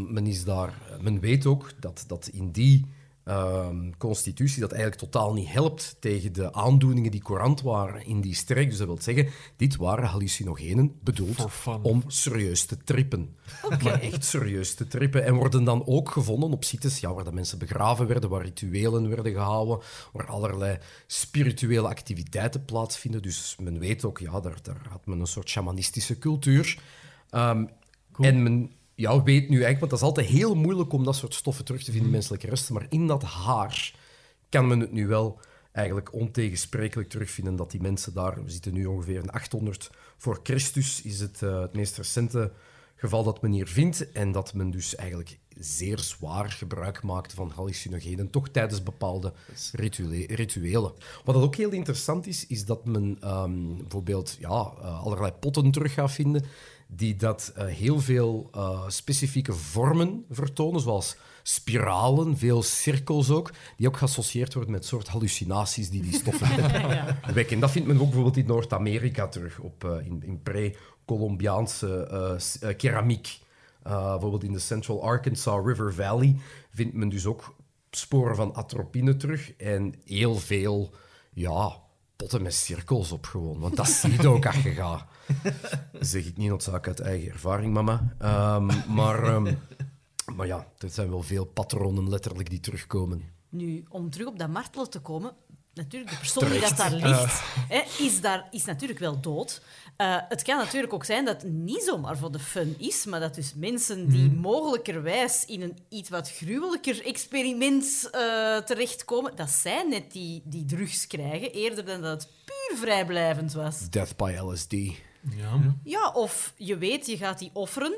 men weet ook dat in die constitutie dat eigenlijk totaal niet helpt tegen de aandoeningen die courant waren in die streek. Dus dat wil zeggen, dit waren hallucinogenen bedoeld om serieus te trippen. Maar echt serieus te trippen. En worden dan ook gevonden op sites waar de mensen begraven werden, waar rituelen werden gehouden, waar allerlei spirituele activiteiten plaatsvinden. Dus men weet ook, daar had men een soort shamanistische cultuur. En men weet nu eigenlijk, want dat is altijd heel moeilijk om dat soort stoffen terug te vinden in menselijke resten, maar in dat haar kan men het nu wel eigenlijk ontegensprekelijk terugvinden dat die mensen daar, we zitten nu ongeveer in 800 voor Christus, is het meest recente geval dat men hier vindt, en dat men dus eigenlijk zeer zwaar gebruik maakte van hallucinogenen, toch tijdens bepaalde rituelen. Wat ook heel interessant is dat men bijvoorbeeld allerlei potten terug gaat vinden die dat heel veel specifieke vormen vertonen, zoals spiralen, veel cirkels ook, die ook geassocieerd worden met soort hallucinaties die stoffen wekken. Dat vindt men ook bijvoorbeeld in Noord-Amerika terug, in pre-Columbiaanse keramiek. Bijvoorbeeld in de Central Arkansas River Valley vindt men dus ook sporen van atropine terug en heel veel, potten met cirkels op gewoon. Want dat zie je ook als je gaat. Dat zeg ik niet noodzakelijk uit eigen ervaring, mama. Maar er zijn wel veel patronen letterlijk die terugkomen. Nu, om terug op dat martelen te komen, natuurlijk, de persoon die dat daar ligt, is natuurlijk wel dood. Het kan natuurlijk ook zijn dat het niet zomaar voor de fun is, maar dat dus mensen die mogelijkerwijs in een iets wat gruwelijker experiment terechtkomen, dat zij net die drugs krijgen, eerder dan dat het puur vrijblijvend was. Death by LSD. Ja, of je weet, je gaat die offeren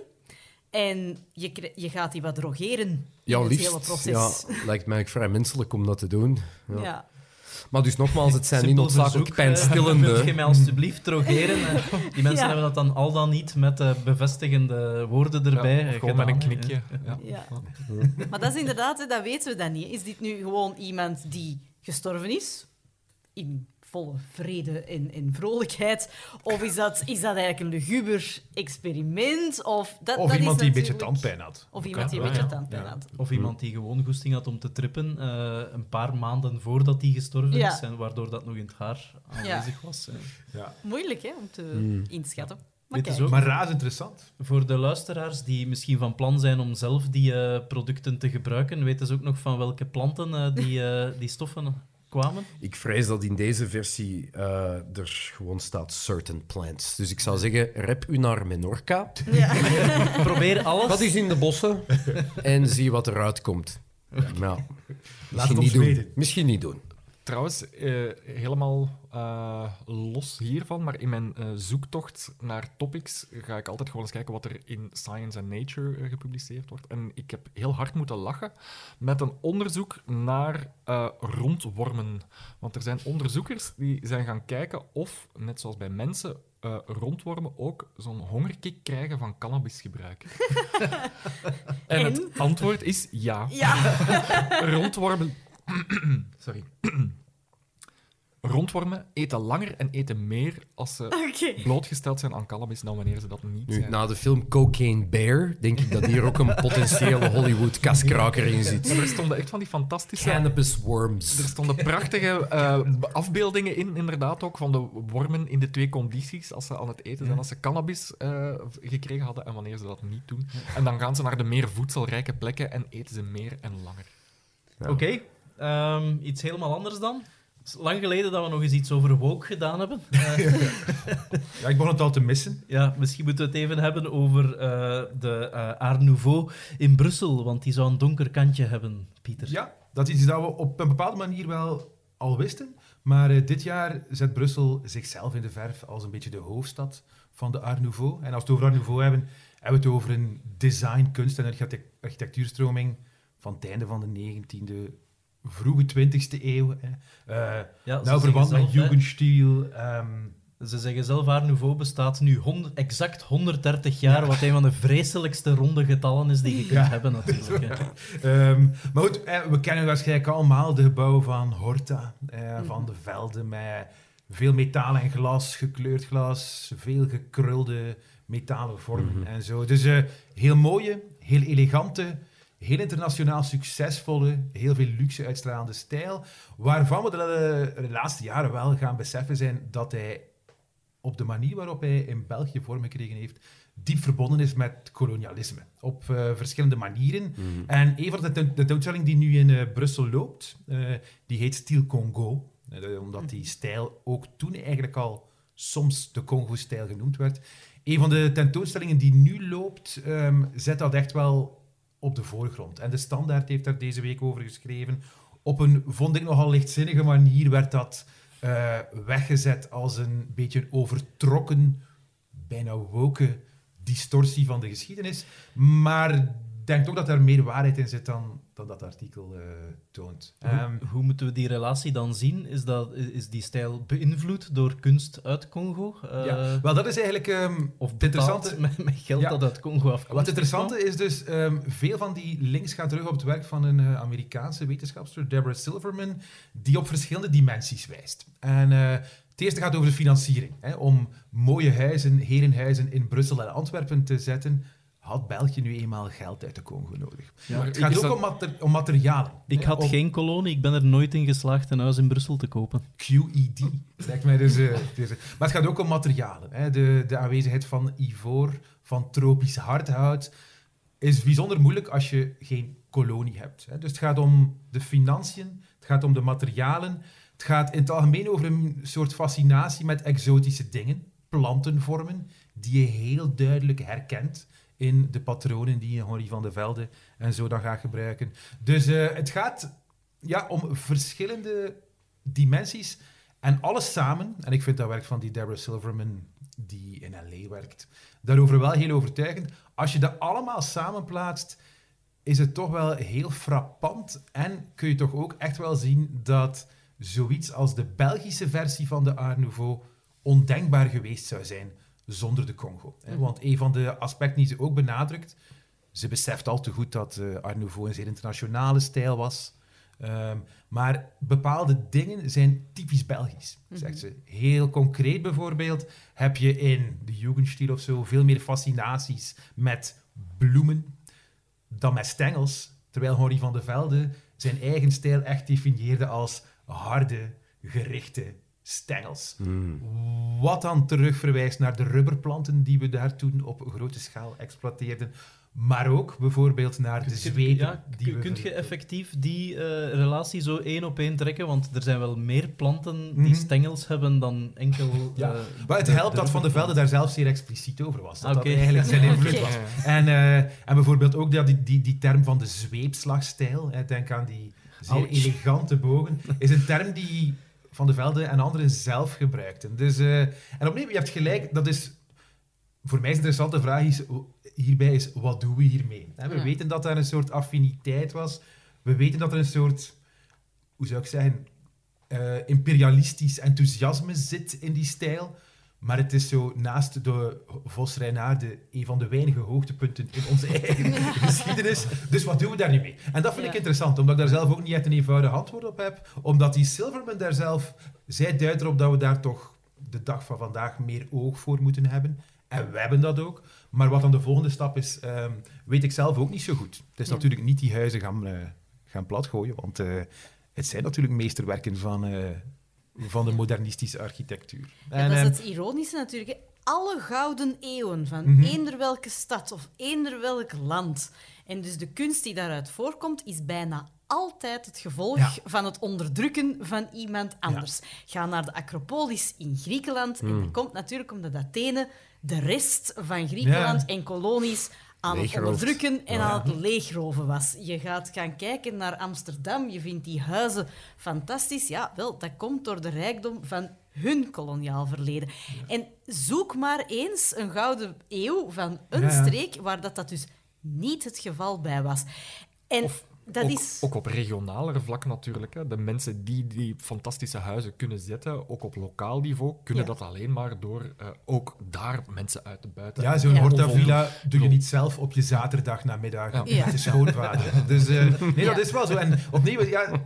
en je gaat die wat drogeren in het hele proces. Ja, lijkt mij vrij menselijk om dat te doen. Ja. Ja. Maar dus nogmaals, het zijn niet Simpel noodzakelijk verzoek, pijnstillende... Wilt je mij alstublieft drogeren? Die mensen hebben dat dan al dan niet met bevestigende woorden erbij gewoon met gedaan, een knikje. Ja. Maar dat is inderdaad, dat weten we dan niet. Is dit nu gewoon iemand die gestorven is? In volle vrede en vrolijkheid? Of is dat eigenlijk een luguber experiment? Of iemand die een beetje tandpijn had. Of iemand die een beetje tandpijn had. Of iemand die gewoon goesting had om te trippen een paar maanden voordat hij gestorven is, en waardoor dat nog in het haar aanwezig was. Moeilijk, hè, om te inschatten. Maar Dit is kijk. ook Maar raar interessant. voor de luisteraars die misschien van plan zijn om zelf die producten te gebruiken, weten ze ook nog van welke planten die stoffen kwamen? Ik vrees dat in deze versie er gewoon staat certain plants. Dus ik zou zeggen, rep u naar Menorca. Probeer alles. Dat is in de bossen. En zie wat eruit komt. Nou, het ons weten. Misschien niet doen. Trouwens, helemaal los hiervan, maar in mijn zoektocht naar topics ga ik altijd gewoon eens kijken wat er in Science and Nature gepubliceerd wordt. En ik heb heel hard moeten lachen met een onderzoek naar rondwormen. Want er zijn onderzoekers die zijn gaan kijken of, net zoals bij mensen, rondwormen ook zo'n hongerkick krijgen van cannabisgebruik. En het antwoord is ja. Rondwormen... Sorry. Rondwormen eten langer en eten meer als ze blootgesteld zijn aan cannabis dan wanneer ze dat niet Nu, zijn. na de film Cocaine Bear denk ik dat hier ook een potentiële Hollywood-kaskraker in zit. Er stonden echt van die fantastische... Cannabis worms. Er stonden prachtige afbeeldingen in, inderdaad ook, van de wormen in de twee condities als ze aan het eten zijn. Als ze cannabis gekregen hadden en wanneer ze dat niet doen. En dan gaan ze naar de meer voedselrijke plekken en eten ze meer en langer. Oké. Iets helemaal anders dan? Het is lang geleden dat we nog eens iets over woke gedaan hebben. Ja, ik begon het al te missen. Ja, misschien moeten we het even hebben over de Art Nouveau in Brussel, want die zou een donker kantje hebben, Pieter. Ja, dat is iets dat we op een bepaalde manier wel al wisten. Maar dit jaar zet Brussel zichzelf in de verf als een beetje de hoofdstad van de Art Nouveau. En als we het over Art Nouveau hebben we het over een design, kunst en architectuurstroming van het einde van de 19e, vroege 20e eeuw. Nou verwant met Jugendstil. Ze zeggen zelf, Art Nouveau bestaat nu exact 130 jaar, wat een van de vreselijkste ronde getallen is die je kunt hebben, natuurlijk. Maar goed, we kennen waarschijnlijk allemaal de gebouwen van Horta, van de velden met veel metalen en glas, gekleurd glas, veel gekrulde metalen vormen en zo. Dus heel mooie, heel elegante, heel internationaal succesvolle, heel veel luxe uitstralende stijl, waarvan we de laatste jaren wel gaan beseffen zijn dat hij op de manier waarop hij in België vorm gekregen heeft, diep verbonden is met kolonialisme. Op verschillende manieren. En een van de tentoonstellingen die nu in Brussel loopt, die heet Style Congo. Omdat die stijl ook toen eigenlijk al soms de Congo-stijl genoemd werd. Een van de tentoonstellingen die nu loopt, zet dat echt wel op de voorgrond. En de Standaard heeft daar deze week over geschreven. Op een, vond ik nogal lichtzinnige manier, werd dat weggezet als een beetje een overtrokken, bijna woke distorsie van de geschiedenis. Maar ik denk toch dat er meer waarheid in zit dan dat artikel toont. Hoe moeten we die relatie dan zien? Is die stijl beïnvloed door kunst uit Congo? Ja, wel, dat is eigenlijk Of het interessante. met geld dat uit Congo afkomt? Wat interessante is dus, veel van die links gaan terug op het werk van een Amerikaanse wetenschapster, Deborah Silverman, die op verschillende dimensies wijst. En het eerste gaat over de financiering. Om mooie huizen, herenhuizen in Brussel en Antwerpen te zetten, had België nu eenmaal geld uit de Congo nodig. Ja, het gaat ook om materialen. Ik had geen kolonie, ik ben er nooit in geslaagd een huis in Brussel te kopen. QED, lijkt mij dus. Maar het gaat ook om materialen. De aanwezigheid van ivoor, van tropisch hardhout, is bijzonder moeilijk als je geen kolonie hebt. Dus het gaat om de financiën, het gaat om de materialen, het gaat in het algemeen over een soort fascinatie met exotische dingen, plantenvormen, die je heel duidelijk herkent in de patronen die Henri van de Velde en zo dan gaat gebruiken. Dus het gaat om verschillende dimensies en alles samen, en ik vind dat werk van die Deborah Silverman, die in L.A. werkt, daarover wel heel overtuigend. Als je dat allemaal samenplaatst, is het toch wel heel frappant en kun je toch ook echt wel zien dat zoiets als de Belgische versie van de Art Nouveau ondenkbaar geweest zou zijn zonder de Congo. Want een van de aspecten die ze ook benadrukt, ze beseft al te goed dat Art Nouveau een zeer internationale stijl was, maar bepaalde dingen zijn typisch Belgisch, zegt ze. Heel concreet bijvoorbeeld heb je in de Jugendstil of zo veel meer fascinaties met bloemen dan met stengels, terwijl Henri van de Velde zijn eigen stijl echt definieerde als harde, gerichte stengels. Wat dan terug verwijst naar de rubberplanten die we daar toen op grote schaal exploiteerden, maar ook bijvoorbeeld naar de zweten die we... Kunt je effectief die relatie zo 1 op 1 trekken? Want er zijn wel meer planten die stengels hebben dan enkel... maar het helpt dat Van de Velde daar zelf zeer expliciet over was. Dat eigenlijk zijn invloed was. En bijvoorbeeld ook die term van de zweepslagstijl, denk aan die zeer elegante bogen, is een term die Van de Velde en anderen zelf gebruikten. Dus, en opnieuw, je hebt gelijk, dat is... Voor mij is een interessante vraag hierbij is, wat doen we hiermee? We weten dat er een soort affiniteit was. We weten dat er een soort, hoe zou ik zeggen, imperialistisch enthousiasme zit in die stijl. Maar het is zo, naast de Vos Reinaarde, een van de weinige hoogtepunten in onze eigen geschiedenis. Dus wat doen we daar nu mee? En dat vind ik interessant, omdat ik daar zelf ook niet echt een eenvoudig antwoord op heb. Omdat die Silverman daar zelf, zij duidt erop dat we daar toch de dag van vandaag meer oog voor moeten hebben. En we hebben dat ook. Maar wat dan de volgende stap is, weet ik zelf ook niet zo goed. Het is natuurlijk niet die huizen gaan platgooien, want het zijn natuurlijk meesterwerken van de modernistische architectuur. Ja, dat is het ironische natuurlijk. Hè. Alle gouden eeuwen van eender welke stad of eender welk land. En dus de kunst die daaruit voorkomt, is bijna altijd het gevolg Ja. van het onderdrukken van iemand anders. Ga naar de Acropolis in Griekenland en dat komt natuurlijk omdat Athene de rest van Griekenland en kolonies aan het Leegroofd. onderdrukken en aan het leegroven was. Je gaat gaan kijken naar Amsterdam, je vindt die huizen fantastisch. Ja, wel, dat komt door de rijkdom van hun koloniaal verleden. En zoek maar eens een gouden eeuw van een streek waar dat dus niet het geval bij was. En dat is... Ook op regionaler vlak natuurlijk. Hè. De mensen die fantastische huizen kunnen zetten, ook op lokaal niveau, kunnen dat alleen maar door ook daar mensen uit te buiten. Ja, zo'n Ja. Horta-villa doe je niet zelf op je zaterdagnamiddag met de schoonvader. Dus nee, dat is wel zo. En opnieuw,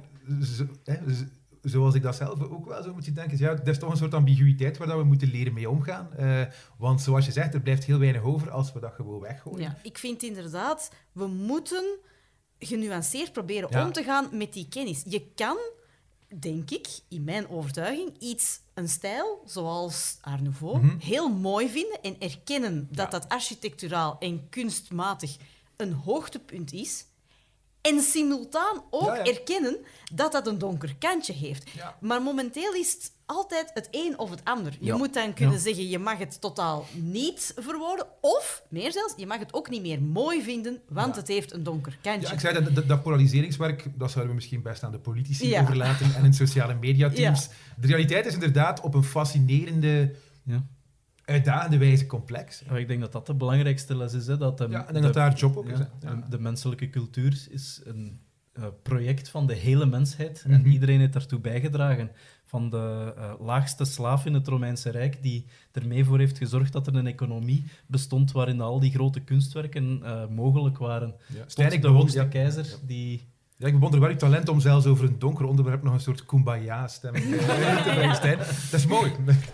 zoals ik dat zelf ook wel zo moet je denken, er is toch een soort ambiguïteit waar dat we moeten leren mee omgaan. Want zoals je zegt, er blijft heel weinig over als we dat gewoon weggooien. Ja, ik vind inderdaad, we moeten genuanceerd proberen om te gaan met die kennis. Je kan, denk ik, in mijn overtuiging, een stijl zoals Art Nouveau heel mooi vinden en erkennen dat dat architecturaal en kunstmatig een hoogtepunt is. En simultaan ook erkennen dat dat een donker kantje heeft. Ja. Maar momenteel is het altijd het een of het ander. Je moet dan kunnen zeggen, je mag het totaal niet verwoorden. Of, meer zelfs, je mag het ook niet meer mooi vinden, want het heeft een donker kantje. Ja, ik zei dat polariseringswerk, dat zouden we misschien best aan de politici overlaten en in sociale mediateams. Ja. De realiteit is inderdaad op een fascinerende, uitdagende wijze complex. Maar ik denk dat dat de belangrijkste les is. Hè, dat Ik denk dat daar job ook is. ja, Hè. Ja. de menselijke cultuur is een project van de hele mensheid. En iedereen heeft daartoe bijgedragen. Van de laagste slaaf in het Romeinse Rijk, die ermee voor heeft gezorgd dat er een economie bestond waarin al die grote kunstwerken mogelijk waren. Ja. Tot de hoogste keizer die... Ja, ik bewonder wel uw talent om zelfs over een donker onderwerp nog een soort kumbaya-stemming te brengen, Stijn. Dat is mooi.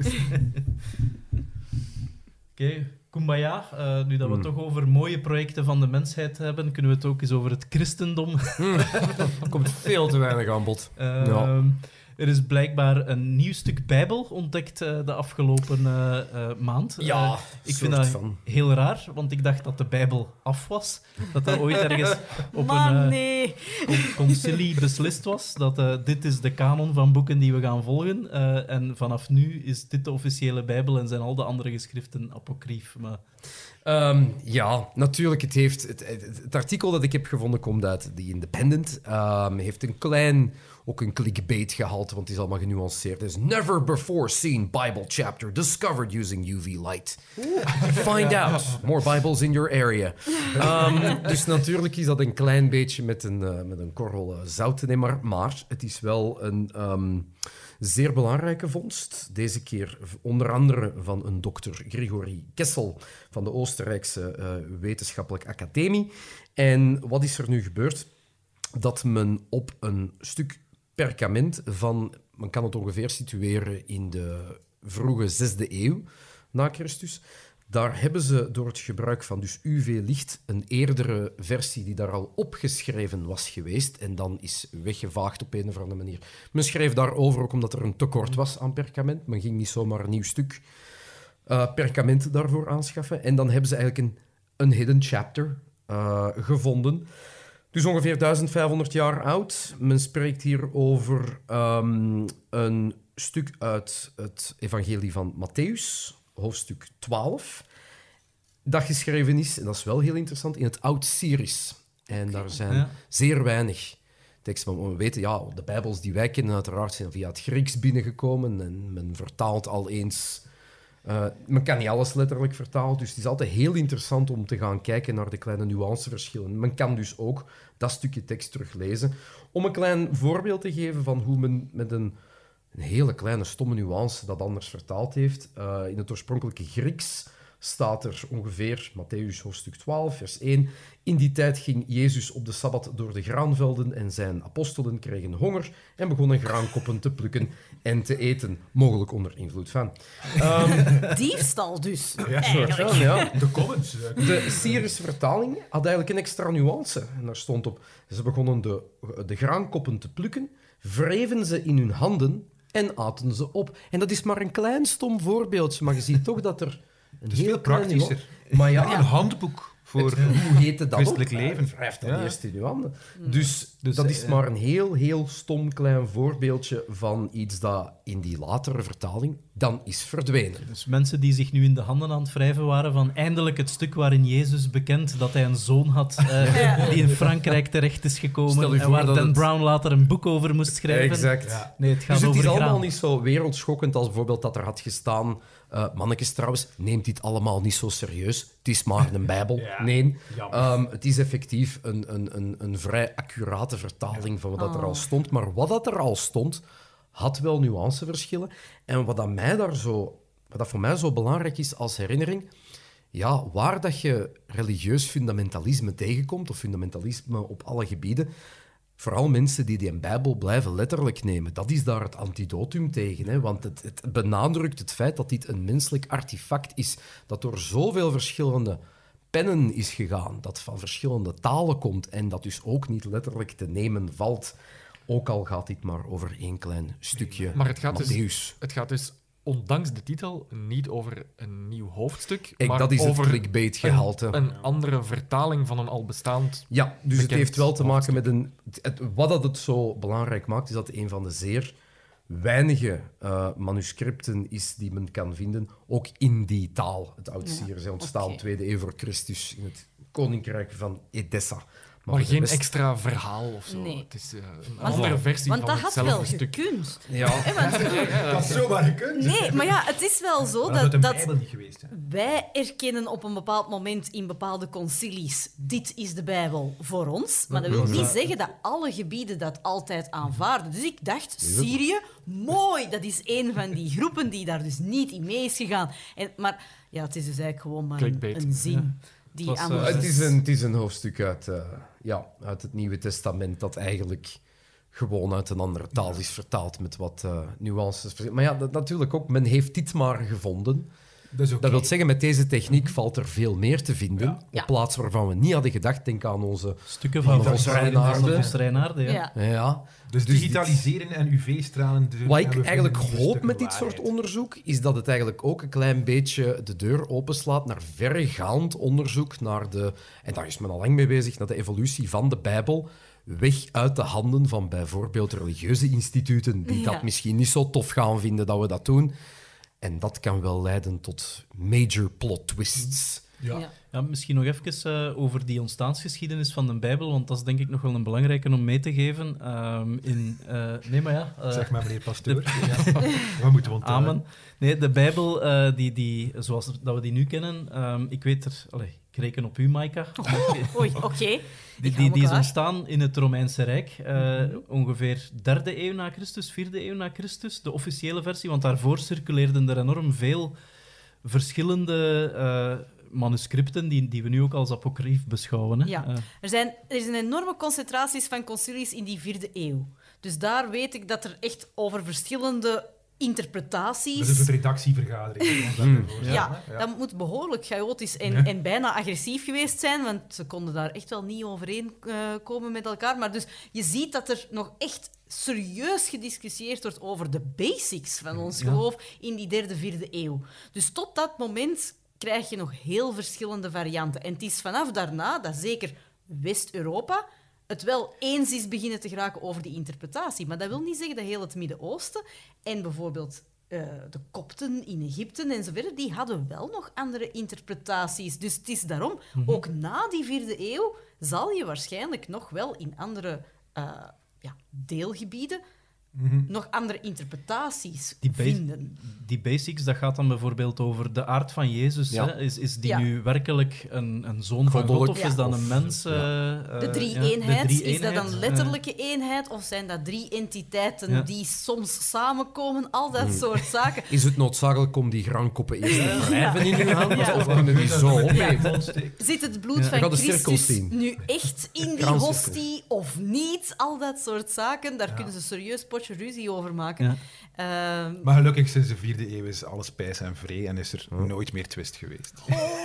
Oké, Kumbaya. Nu dat we het toch over mooie projecten van de mensheid hebben, kunnen we het ook eens over het christendom. Er komt veel te weinig aan bod. Er is blijkbaar een nieuw stuk Bijbel ontdekt de afgelopen maand. Ja, ik vind dat van. heel raar, want ik dacht dat de Bijbel af was. Dat er ooit ergens op Maar een nee. concilie beslist was dat dit is de kanon van boeken die we gaan volgen. En vanaf nu is dit de officiële Bijbel en zijn al de andere geschriften apocrief. Maar... Ja, natuurlijk. Het artikel dat ik heb gevonden komt uit The Independent. Heeft ook een clickbait gehalte, want het is allemaal genuanceerd. Het is never before seen Bible chapter discovered using UV light. Find out. More Bibles in your area. Dus natuurlijk is dat een klein beetje met een korrel zout te nemen, maar het is wel een zeer belangrijke vondst. Deze keer onder andere van een dokter Grigori Kessel van de Oostenrijkse Wetenschappelijke Academie. En wat is er nu gebeurd? Dat men op een stuk perkament van, men kan het ongeveer situeren in de vroege 6e eeuw na Christus. Daar hebben ze door het gebruik van dus UV-licht een eerdere versie die daar al opgeschreven was geweest en dan is weggevaagd op een of andere manier. Men schreef daarover ook omdat er een tekort was aan perkament. Men ging niet zomaar een nieuw stuk perkament daarvoor aanschaffen. En dan hebben ze eigenlijk een hidden chapter gevonden. Dus ongeveer 1500 jaar oud. Men spreekt hier over een stuk uit het evangelie van Mattheüs, hoofdstuk 12, dat geschreven is, en dat is wel heel interessant, in het Oud-Syrisch. En daar zijn zeer weinig teksten. Maar we weten, de Bijbels die wij kennen uiteraard zijn via het Grieks binnengekomen en men vertaalt al eens... men kan niet alles letterlijk vertalen, dus het is altijd heel interessant om te gaan kijken naar de kleine nuanceverschillen. Men kan dus ook dat stukje tekst teruglezen. Om een klein voorbeeld te geven van hoe men met een hele kleine, stomme nuance dat anders vertaald heeft. In het oorspronkelijke Grieks staat er ongeveer, Mattheüs hoofdstuk 12, vers 1. In die tijd ging Jezus op de Sabbat door de graanvelden en zijn apostelen kregen honger en begonnen graankoppen te plukken en te eten. Mogelijk onder invloed van. Diefstal dus. Ja. De comments. De Syrische vertaling had eigenlijk een extra nuance. En daar stond op, ze begonnen de graankoppen te plukken, wreven ze in hun handen en aten ze op. En dat is maar een klein stom voorbeeldje, maar je ziet toch dat er... Het is veel praktischer. Maar ja, Een handboek voor... Hoe heette dat Christelijk ook? leven. Hij heeft dat Ja. eerst in uw handen. Dus dat Dus, is maar een heel, heel stom klein voorbeeldje van iets dat in die latere vertaling dan is verdwenen. Dus mensen die zich nu in de handen aan het wrijven waren van eindelijk het stuk waarin Jezus bekent dat hij een zoon had die in Frankrijk terecht is Stel gekomen je en voor waar dat Dan het- Brown later een boek over moest schrijven. Exact. Ja. Nee, het gaat Dus het over is allemaal graan. niet zo wereldschokkend als bijvoorbeeld dat er had gestaan... mannetjes trouwens, neemt dit allemaal niet zo serieus. Het is maar een bijbel. Ja, Nee, jammer. het is effectief een vrij accurate vertaling van wat dat er al stond. Maar wat dat er al stond, had wel nuanceverschillen. En wat dat voor mij zo belangrijk is als herinnering... Ja, waar dat je religieus fundamentalisme tegenkomt, of fundamentalisme op alle gebieden... Vooral mensen die een Bijbel blijven letterlijk nemen. Dat is daar het antidotum tegen. Hè? Want het benadrukt het feit dat dit een menselijk artefact is. Dat door zoveel verschillende pennen is gegaan. Dat van verschillende talen komt. En dat dus ook niet letterlijk te nemen valt. Ook al gaat dit maar over één klein stukje Maar het gaat Matthäus. Het gaat dus, ondanks de titel, niet over een nieuw hoofdstuk, Kijk, maar dat is het over clickbait-gehalte. een andere vertaling van een al bestaand... Ja, dus het bekend heeft wel te maken met een... Wat dat het zo belangrijk maakt, is dat een van de zeer weinige manuscripten is die men kan vinden, ook in die taal. Het Oud-Syrisch is ontstaan oké. 2e eeuw voor Christus in het koninkrijk van Edessa. Maar voor de geen rest- extra verhaal of zo. Nee. Het is een Want- andere versie Want van dat had hetzelfde wel stuk. gekund. Ja, Hè, want- Dat is zomaar gekund. nee, maar ja, het is wel zo Dat is dat, de dat Bijbel niet geweest. Hè. wij erkennen op een bepaald moment in bepaalde concilies, dit is de Bijbel voor ons. Maar dat wil niet zeggen dat alle gebieden dat altijd aanvaarden. Dus ik dacht, Syrië, mooi, dat is een van die groepen die daar dus niet in mee is gegaan. Maar ja, het is dus eigenlijk gewoon maar Clickbait. een zin. Die Het was, anders het is een hoofdstuk uit het Nieuwe Testament dat eigenlijk gewoon uit een andere taal is vertaald met wat nuances. Maar ja, natuurlijk ook, men heeft dit maar gevonden. Dat is oké. Dat wil zeggen, met deze techniek valt er veel meer te vinden. Ja. Ja. Op plaatsen waarvan we niet hadden gedacht. Denk aan onze... Stukken van Vos Reinaarde. Vos Reinaarde, ja. Ja. Ja. Dus digitaliseren en UV-stralen... Wat ik eigenlijk hoop met dit soort onderzoek, is dat het eigenlijk ook een klein beetje de deur openslaat naar verregaand onderzoek naar en daar is men al lang mee bezig, naar de evolutie van de Bijbel, weg uit de handen van bijvoorbeeld religieuze instituten, die Ja. dat misschien niet zo tof gaan vinden dat we dat doen. En dat kan wel leiden tot major plot twists. Ja. Ja. Ja, misschien nog even over die ontstaansgeschiedenis van de Bijbel, want dat is denk ik nog wel een belangrijke om mee te geven. Nee, maar ja... Zeg maar, meneer Pasteur. Ja. Wat moeten we onthouden? Amen. Nee, de Bijbel, zoals dat we die nu kennen, ik weet er... ik reken op u, Maika. Oei, oké. Die is ontstaan in het Romeinse Rijk, ongeveer 3e eeuw na Christus, 4e eeuw na Christus, de officiële versie, want daarvoor circuleerden er enorm veel verschillende manuscripten die we nu ook als apocryf beschouwen. Hè. Ja. Er zijn enorme concentraties van concilies in die 4e eeuw. Dus daar weet ik dat er echt over verschillende interpretaties... Dat is een redactievergadering. Ja, dat moet behoorlijk chaotisch en bijna agressief geweest zijn, want ze konden daar echt wel niet overeen komen met elkaar. Maar dus je ziet dat er nog echt serieus gediscussieerd wordt over de basics van ons geloof in die 3e, 4e eeuw. Dus tot dat moment krijg je nog heel verschillende varianten. En het is vanaf daarna dat zeker West-Europa het wel eens is beginnen te geraken over die interpretatie. Maar dat wil niet zeggen dat heel het Midden-Oosten en bijvoorbeeld de Kopten in Egypte en zo verder, die hadden wel nog andere interpretaties. Dus het is daarom, ook na die 4e eeuw zal je waarschijnlijk nog wel in andere deelgebieden nog andere interpretaties vinden. Die basics, dat gaat dan bijvoorbeeld over de aard van Jezus. Ja. Hè? Is die Ja. nu werkelijk een zoon van Goddelijk. God of is dat een mens? De drie-eenheid, is dat een letterlijke eenheid of zijn dat 3 entiteiten die soms samenkomen? Al dat soort zaken. Is het noodzakelijk om die graankoppen eerst te wrijven in uw hand? Of kunnen die zo opeten? Zit het bloed Je van gaat de cirkels Christus zien. nu echt in die Kraancirkel. hostie of niet? Al dat soort zaken, daar kunnen ze serieus potje ruzie over maken. Ja. Maar gelukkig sinds de 4e eeuw is alles pijs en vree en is er nooit meer twist geweest.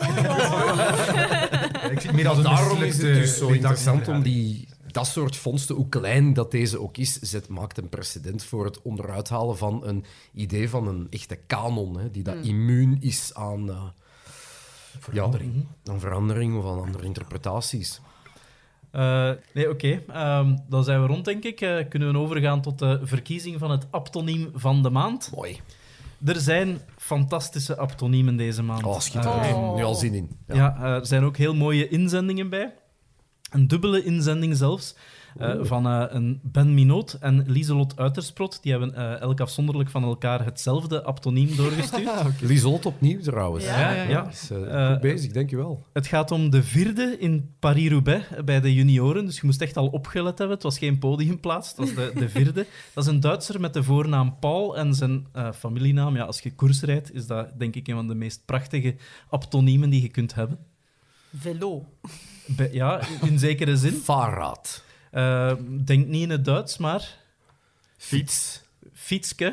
Ik zie het meer als een Daarom is het dus zo interessant om die... dat soort vondsten, hoe klein dat deze ook is, maakt een precedent voor het onderuithalen van een idee van een echte kanon, hè, die dat immuun is aan Verandering. Een verandering of aan andere interpretaties. Nee, oké. Dan zijn we rond, denk ik. Kunnen we overgaan tot de verkiezing van het aptoniem van de maand. Mooi. Er zijn fantastische aptoniemen deze maand. Oh, schitterend. Oh. Nu al zin in. Ja, er zijn ook heel mooie inzendingen bij. Een dubbele inzending zelfs. Van een Ben Minoot en Lieselot Uitersprot. Die hebben elk afzonderlijk van elkaar hetzelfde aptoniem doorgestuurd. Liesot opnieuw trouwens. Ja. Is, goed bezig, dankjewel. Het gaat om de 4e in Paris-Roubaix bij de junioren. Dus je moest echt al opgelet hebben. Het was geen podiumplaats, het was de 4e. Dat is een Duitser met de voornaam Paul en zijn familienaam. Ja, als je koers rijdt, is dat denk ik een van de meest prachtige aptoniemen die je kunt hebben. Velo. Ja, in zekere zin. Fahrrad. Denk niet in het Duits, maar... Fiets. Fietske.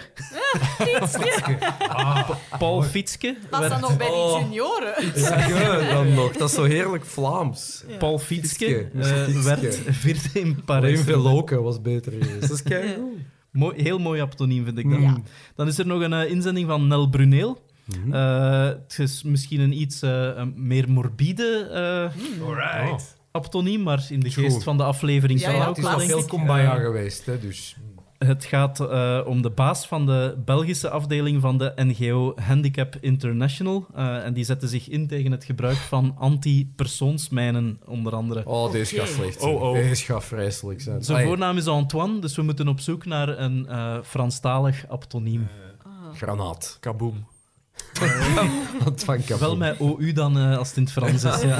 Paul Fietske. Was dat nog bij die junioren? Ja, dan nog. Dat is zo heerlijk Vlaams. Paul Fietske Fietske. werd 4e in Alleen Parijs. Veloke was beter geweest. Dat is keigoed. Heel mooi aptoniem, vind ik dat. Ja. Dan is er nog een inzending van Nel Bruneel. Het is misschien een iets meer morbide Alright. aptoniem, maar in de Goed. geest van de aflevering Ja, zal ja, dat ook Het is wel, al denk veel ik. kumbaya geweest, hè, dus... Het gaat om de baas van de Belgische afdeling van de NGO Handicap International. En die zetten zich in tegen het gebruik van anti-persoonsmijnen, onder andere. Oh, deze gaat Oké. slecht zijn. Deze gaat vreselijk zijn. Zijn Allee, voornaam is Antoine, dus we moeten op zoek naar een Franstalig aptoniem. Granaat. Kaboom. Wat van kapoen. Wel met OU dan als het in het Frans is. Ja.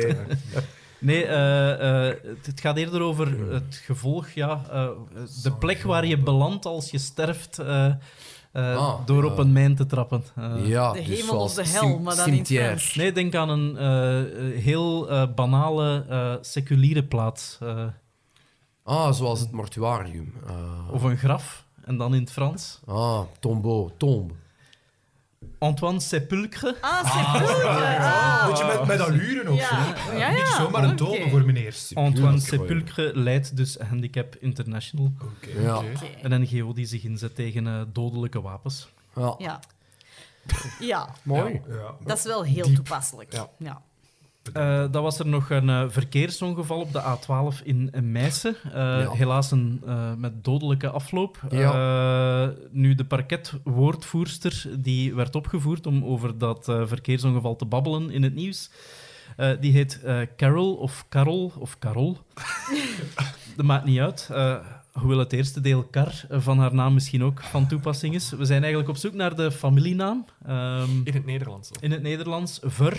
Nee, het gaat eerder over het gevolg, de plek waar je belandt als je sterft door op een mijn te trappen. Ja, De dus hemel of zoals de hel, maar dan in het cimetière. Frans. Nee, denk aan een heel banale seculiere plaats. Zoals het mortuarium. Of een graf, en dan in het Frans. Tombeau, tombe. Antoine Sepulcre. Een beetje met allure ook. Ja. Zo. Ja, Niet ja. zomaar een toon Oké. voor meneer. Antoine Sepulcre leidt dus Handicap International. Ja. Een NGO die zich inzet tegen dodelijke wapens. Ja. Ja. Ja, Mooi. Ja. dat is wel heel toepasselijk. Ja. Ja. Dan was er nog een verkeersongeval op de A12 in Meissen. Helaas met dodelijke afloop. Nu, de parketwoordvoerster die werd opgevoerd om over dat verkeersongeval te babbelen in het nieuws. Die heet Carol of Carol of Carol. Dat maakt niet uit. Hoewel het eerste deel Car van haar naam misschien ook van toepassing is. We zijn eigenlijk op zoek naar de familienaam. In het Nederlands. In het Nederlands,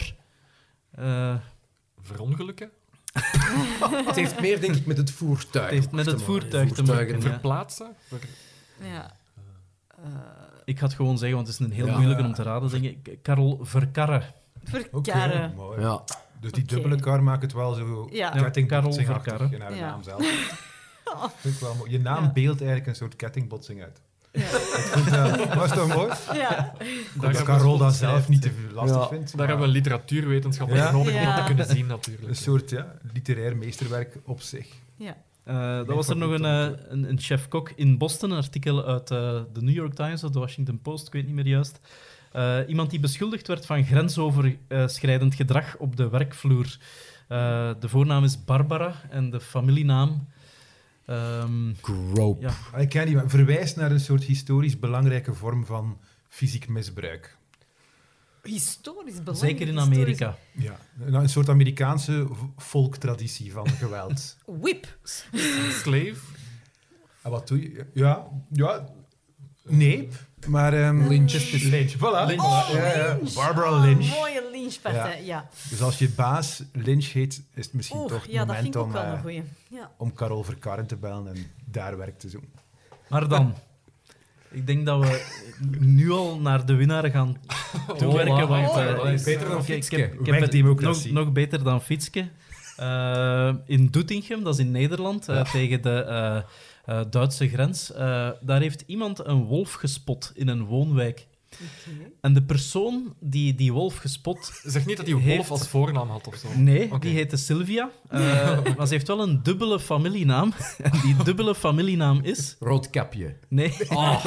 Verongelukken? Het heeft meer, denk ik, met het voertuig. Het heeft met het voertuig te maken, ja. Verplaatsen? Ja. Ik ga het gewoon zeggen, want het is een heel moeilijke om te raden. Denk ik. Karel Verkarre. Verkarren. Mooi. Ja. Dus die Oké. dubbele kar maakt het wel zo Ja. kettingbotsingachtig Karel Verkarre. in haar Ja. naam zelf. Vind ik wel mooi. Je naam Ja. beeldt eigenlijk een soort kettingbotsing uit. Was toch mooi? Ja. Dat Carol dat zelf niet te lastig Ja. vindt. Daar maar hebben we literatuurwetenschappen Ja. nodig om Ja. dat te kunnen zien, natuurlijk. een soort literair meesterwerk op zich. Ja. Dan was er nog een chef-kok in Boston, een artikel uit de New York Times of de Washington Post, ik weet niet meer juist. Iemand die beschuldigd werd van grensoverschrijdend gedrag op de werkvloer. De voornaam is Barbara en de familienaam... Grope. ja. Ik ken die, maar verwijst naar een soort historisch belangrijke vorm van fysiek misbruik. Historisch belangrijk. Zeker in Amerika. Ja, een soort Amerikaanse volktraditie van geweld. Whip. Slave? En wat doe je? Ja, nee, maar... Lynch. Voilà. Lynch. Oh, Ja. Lynch. Barbara Lynch. Mooie Lynchpartij, ja. Dus als je baas Lynch heet, is het misschien Oeh, toch het ja, dat vind moment ik ook om, wel een goeie. Ja. om Carol Verkarren te bellen en daar werk te doen. Maar dan... Ik denk dat we nu al naar de winnaar gaan toewerken. Want, Beter dan ik Fietske. heb het Wegdemocratie. nog beter dan Fietske. In Doetinchem, dat is in Nederland, tegen de Duitse grens. Daar heeft iemand een wolf gespot in een woonwijk. En de persoon die die wolf gespot... Zeg niet dat hij Heeft- Wolf als voornaam had of zo. Nee, Oké. die heette Sylvia. Maar ze heeft wel een dubbele familienaam. En die dubbele familienaam is... Roodkapje. Nee,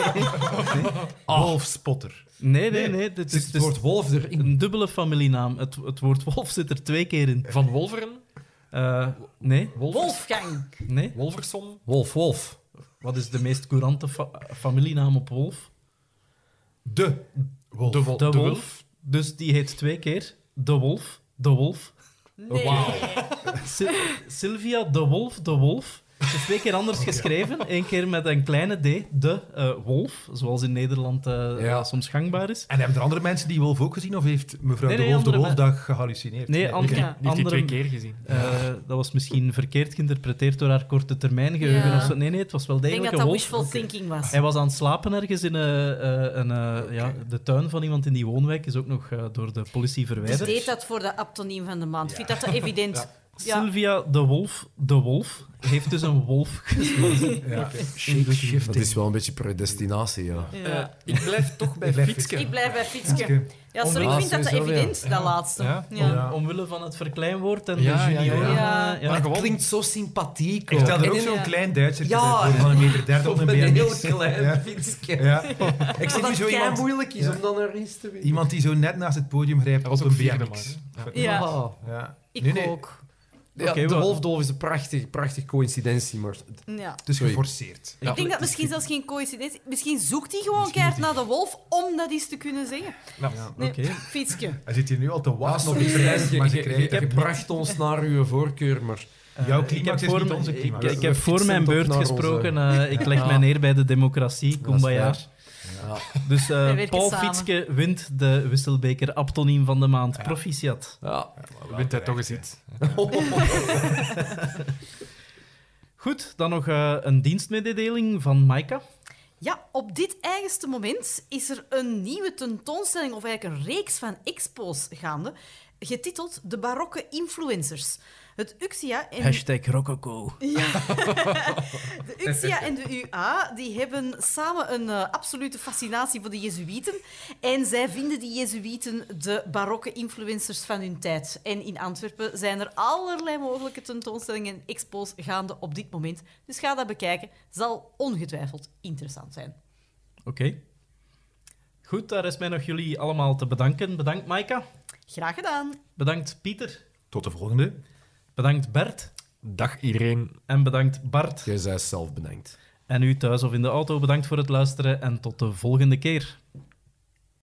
Wolfspotter. nee. Dit is Het woord wolf erin. een dubbele familienaam. Het woord wolf zit er 2 keer in. Van Wolveren? Nee, Wolfgang. nee. Wolversom? Wolf. Wat is de meest courante familienaam op wolf? De wolf. De wolf. Dus die heet 2 keer De Wolf. De Wolf. Nee. Sylvia De Wolf. Het is 2 keer anders geschreven. 1 keer met een kleine d. De Wolf. Zoals in Nederland soms gangbaar is. En hebben er andere mensen die wolf ook gezien? Of heeft mevrouw Nee, de nee, Wolf de andere Wolfdag gehallucineerd? Nee, Oké. andere- Die heeft hij andere- 2 keer gezien. Dat was misschien verkeerd geïnterpreteerd door haar korte termijn geheugen Ja. of zo. Nee, het was wel Ik denk degelijk dat een dat wolf. wishful thinking was. Hij was aan het slapen ergens in de tuin van iemand in die woonwijk. Is ook nog door de politie Dus verwijderd. deed dat voor de aptoniem van de maand. Ik vind dat te evident. Ja. Sylvia de Wolf heeft dus een wolf gesloten. Ja. Dat is wel een beetje predestinatie, ja. Ja. Ik blijf toch bij Ik blijf Fietske. Ik blijf bij Fietske. Ja, sorry, ik vind dat te sowieso, evident, dat laatste. Ja. Ja. Omwille van het verkleinwoord en Ja, de ja, junior. ja. Ja. Maar gewoon- Klinkt zo sympathiek. Ik stel er ook En- zo'n klein Duitsertje Ja. voor van 1,30 meter op een een heel BMX. klein Ja. fietsje. Ja. Ik zie nu Dat zo kei iemand, moeilijk is om dan naar rechts te winnen. iemand die zo net naast het podium grijpt Dat was op ook een vierde BMX. maar, Ja, Ja. ik Nee, nee, ook. Ja, Oké, de we- wolfdolf is een prachtig coïncidentie, maar... Ja. het is Sorry. geforceerd. Ik denk dat misschien zelfs geen coïncidentie... Misschien zoekt hij gewoon keihard naar de wolf om dat eens te kunnen zeggen. Nou, Nee, Oké. Fietske. Hij zit hier nu al te wachten op nog die iets prijs, maar ze je krijgen... bracht ons naar uw voorkeur, maar... Jouw Ik climax heb is niet voor onze me- climax. ik heb We voor fietsen mijn toch beurt naar gesproken. Ik leg mij neer bij de democratie. Kumbaya. Dus Wij werken Paul samen. Fietske wint de Wisselbeker Aptoniem van de maand. Proficiat. Ja. wint hij toch eens iets. Goed, dan nog een dienstmededeling van Maika. Ja, op dit eigenste moment is er een nieuwe tentoonstelling, of eigenlijk een reeks van expo's gaande, getiteld De Barokke Influencers. Het UXIA en... #Rococo. De UXIA en de UA die hebben samen een absolute fascinatie voor de Jezuïeten. En zij vinden die Jezuïeten de barokke influencers van hun tijd. En in Antwerpen zijn er allerlei mogelijke tentoonstellingen en expo's gaande op dit moment. Dus ga dat bekijken. Zal ongetwijfeld interessant zijn. Oké. Goed, daar is mij nog jullie allemaal te bedanken. Bedankt, Maika. Graag gedaan. Bedankt, Pieter. Tot de volgende. Bedankt, Bert. Dag iedereen. En bedankt, Bart. Jij zei zelf bedankt. En u thuis of in de auto, bedankt voor het luisteren en tot de volgende keer.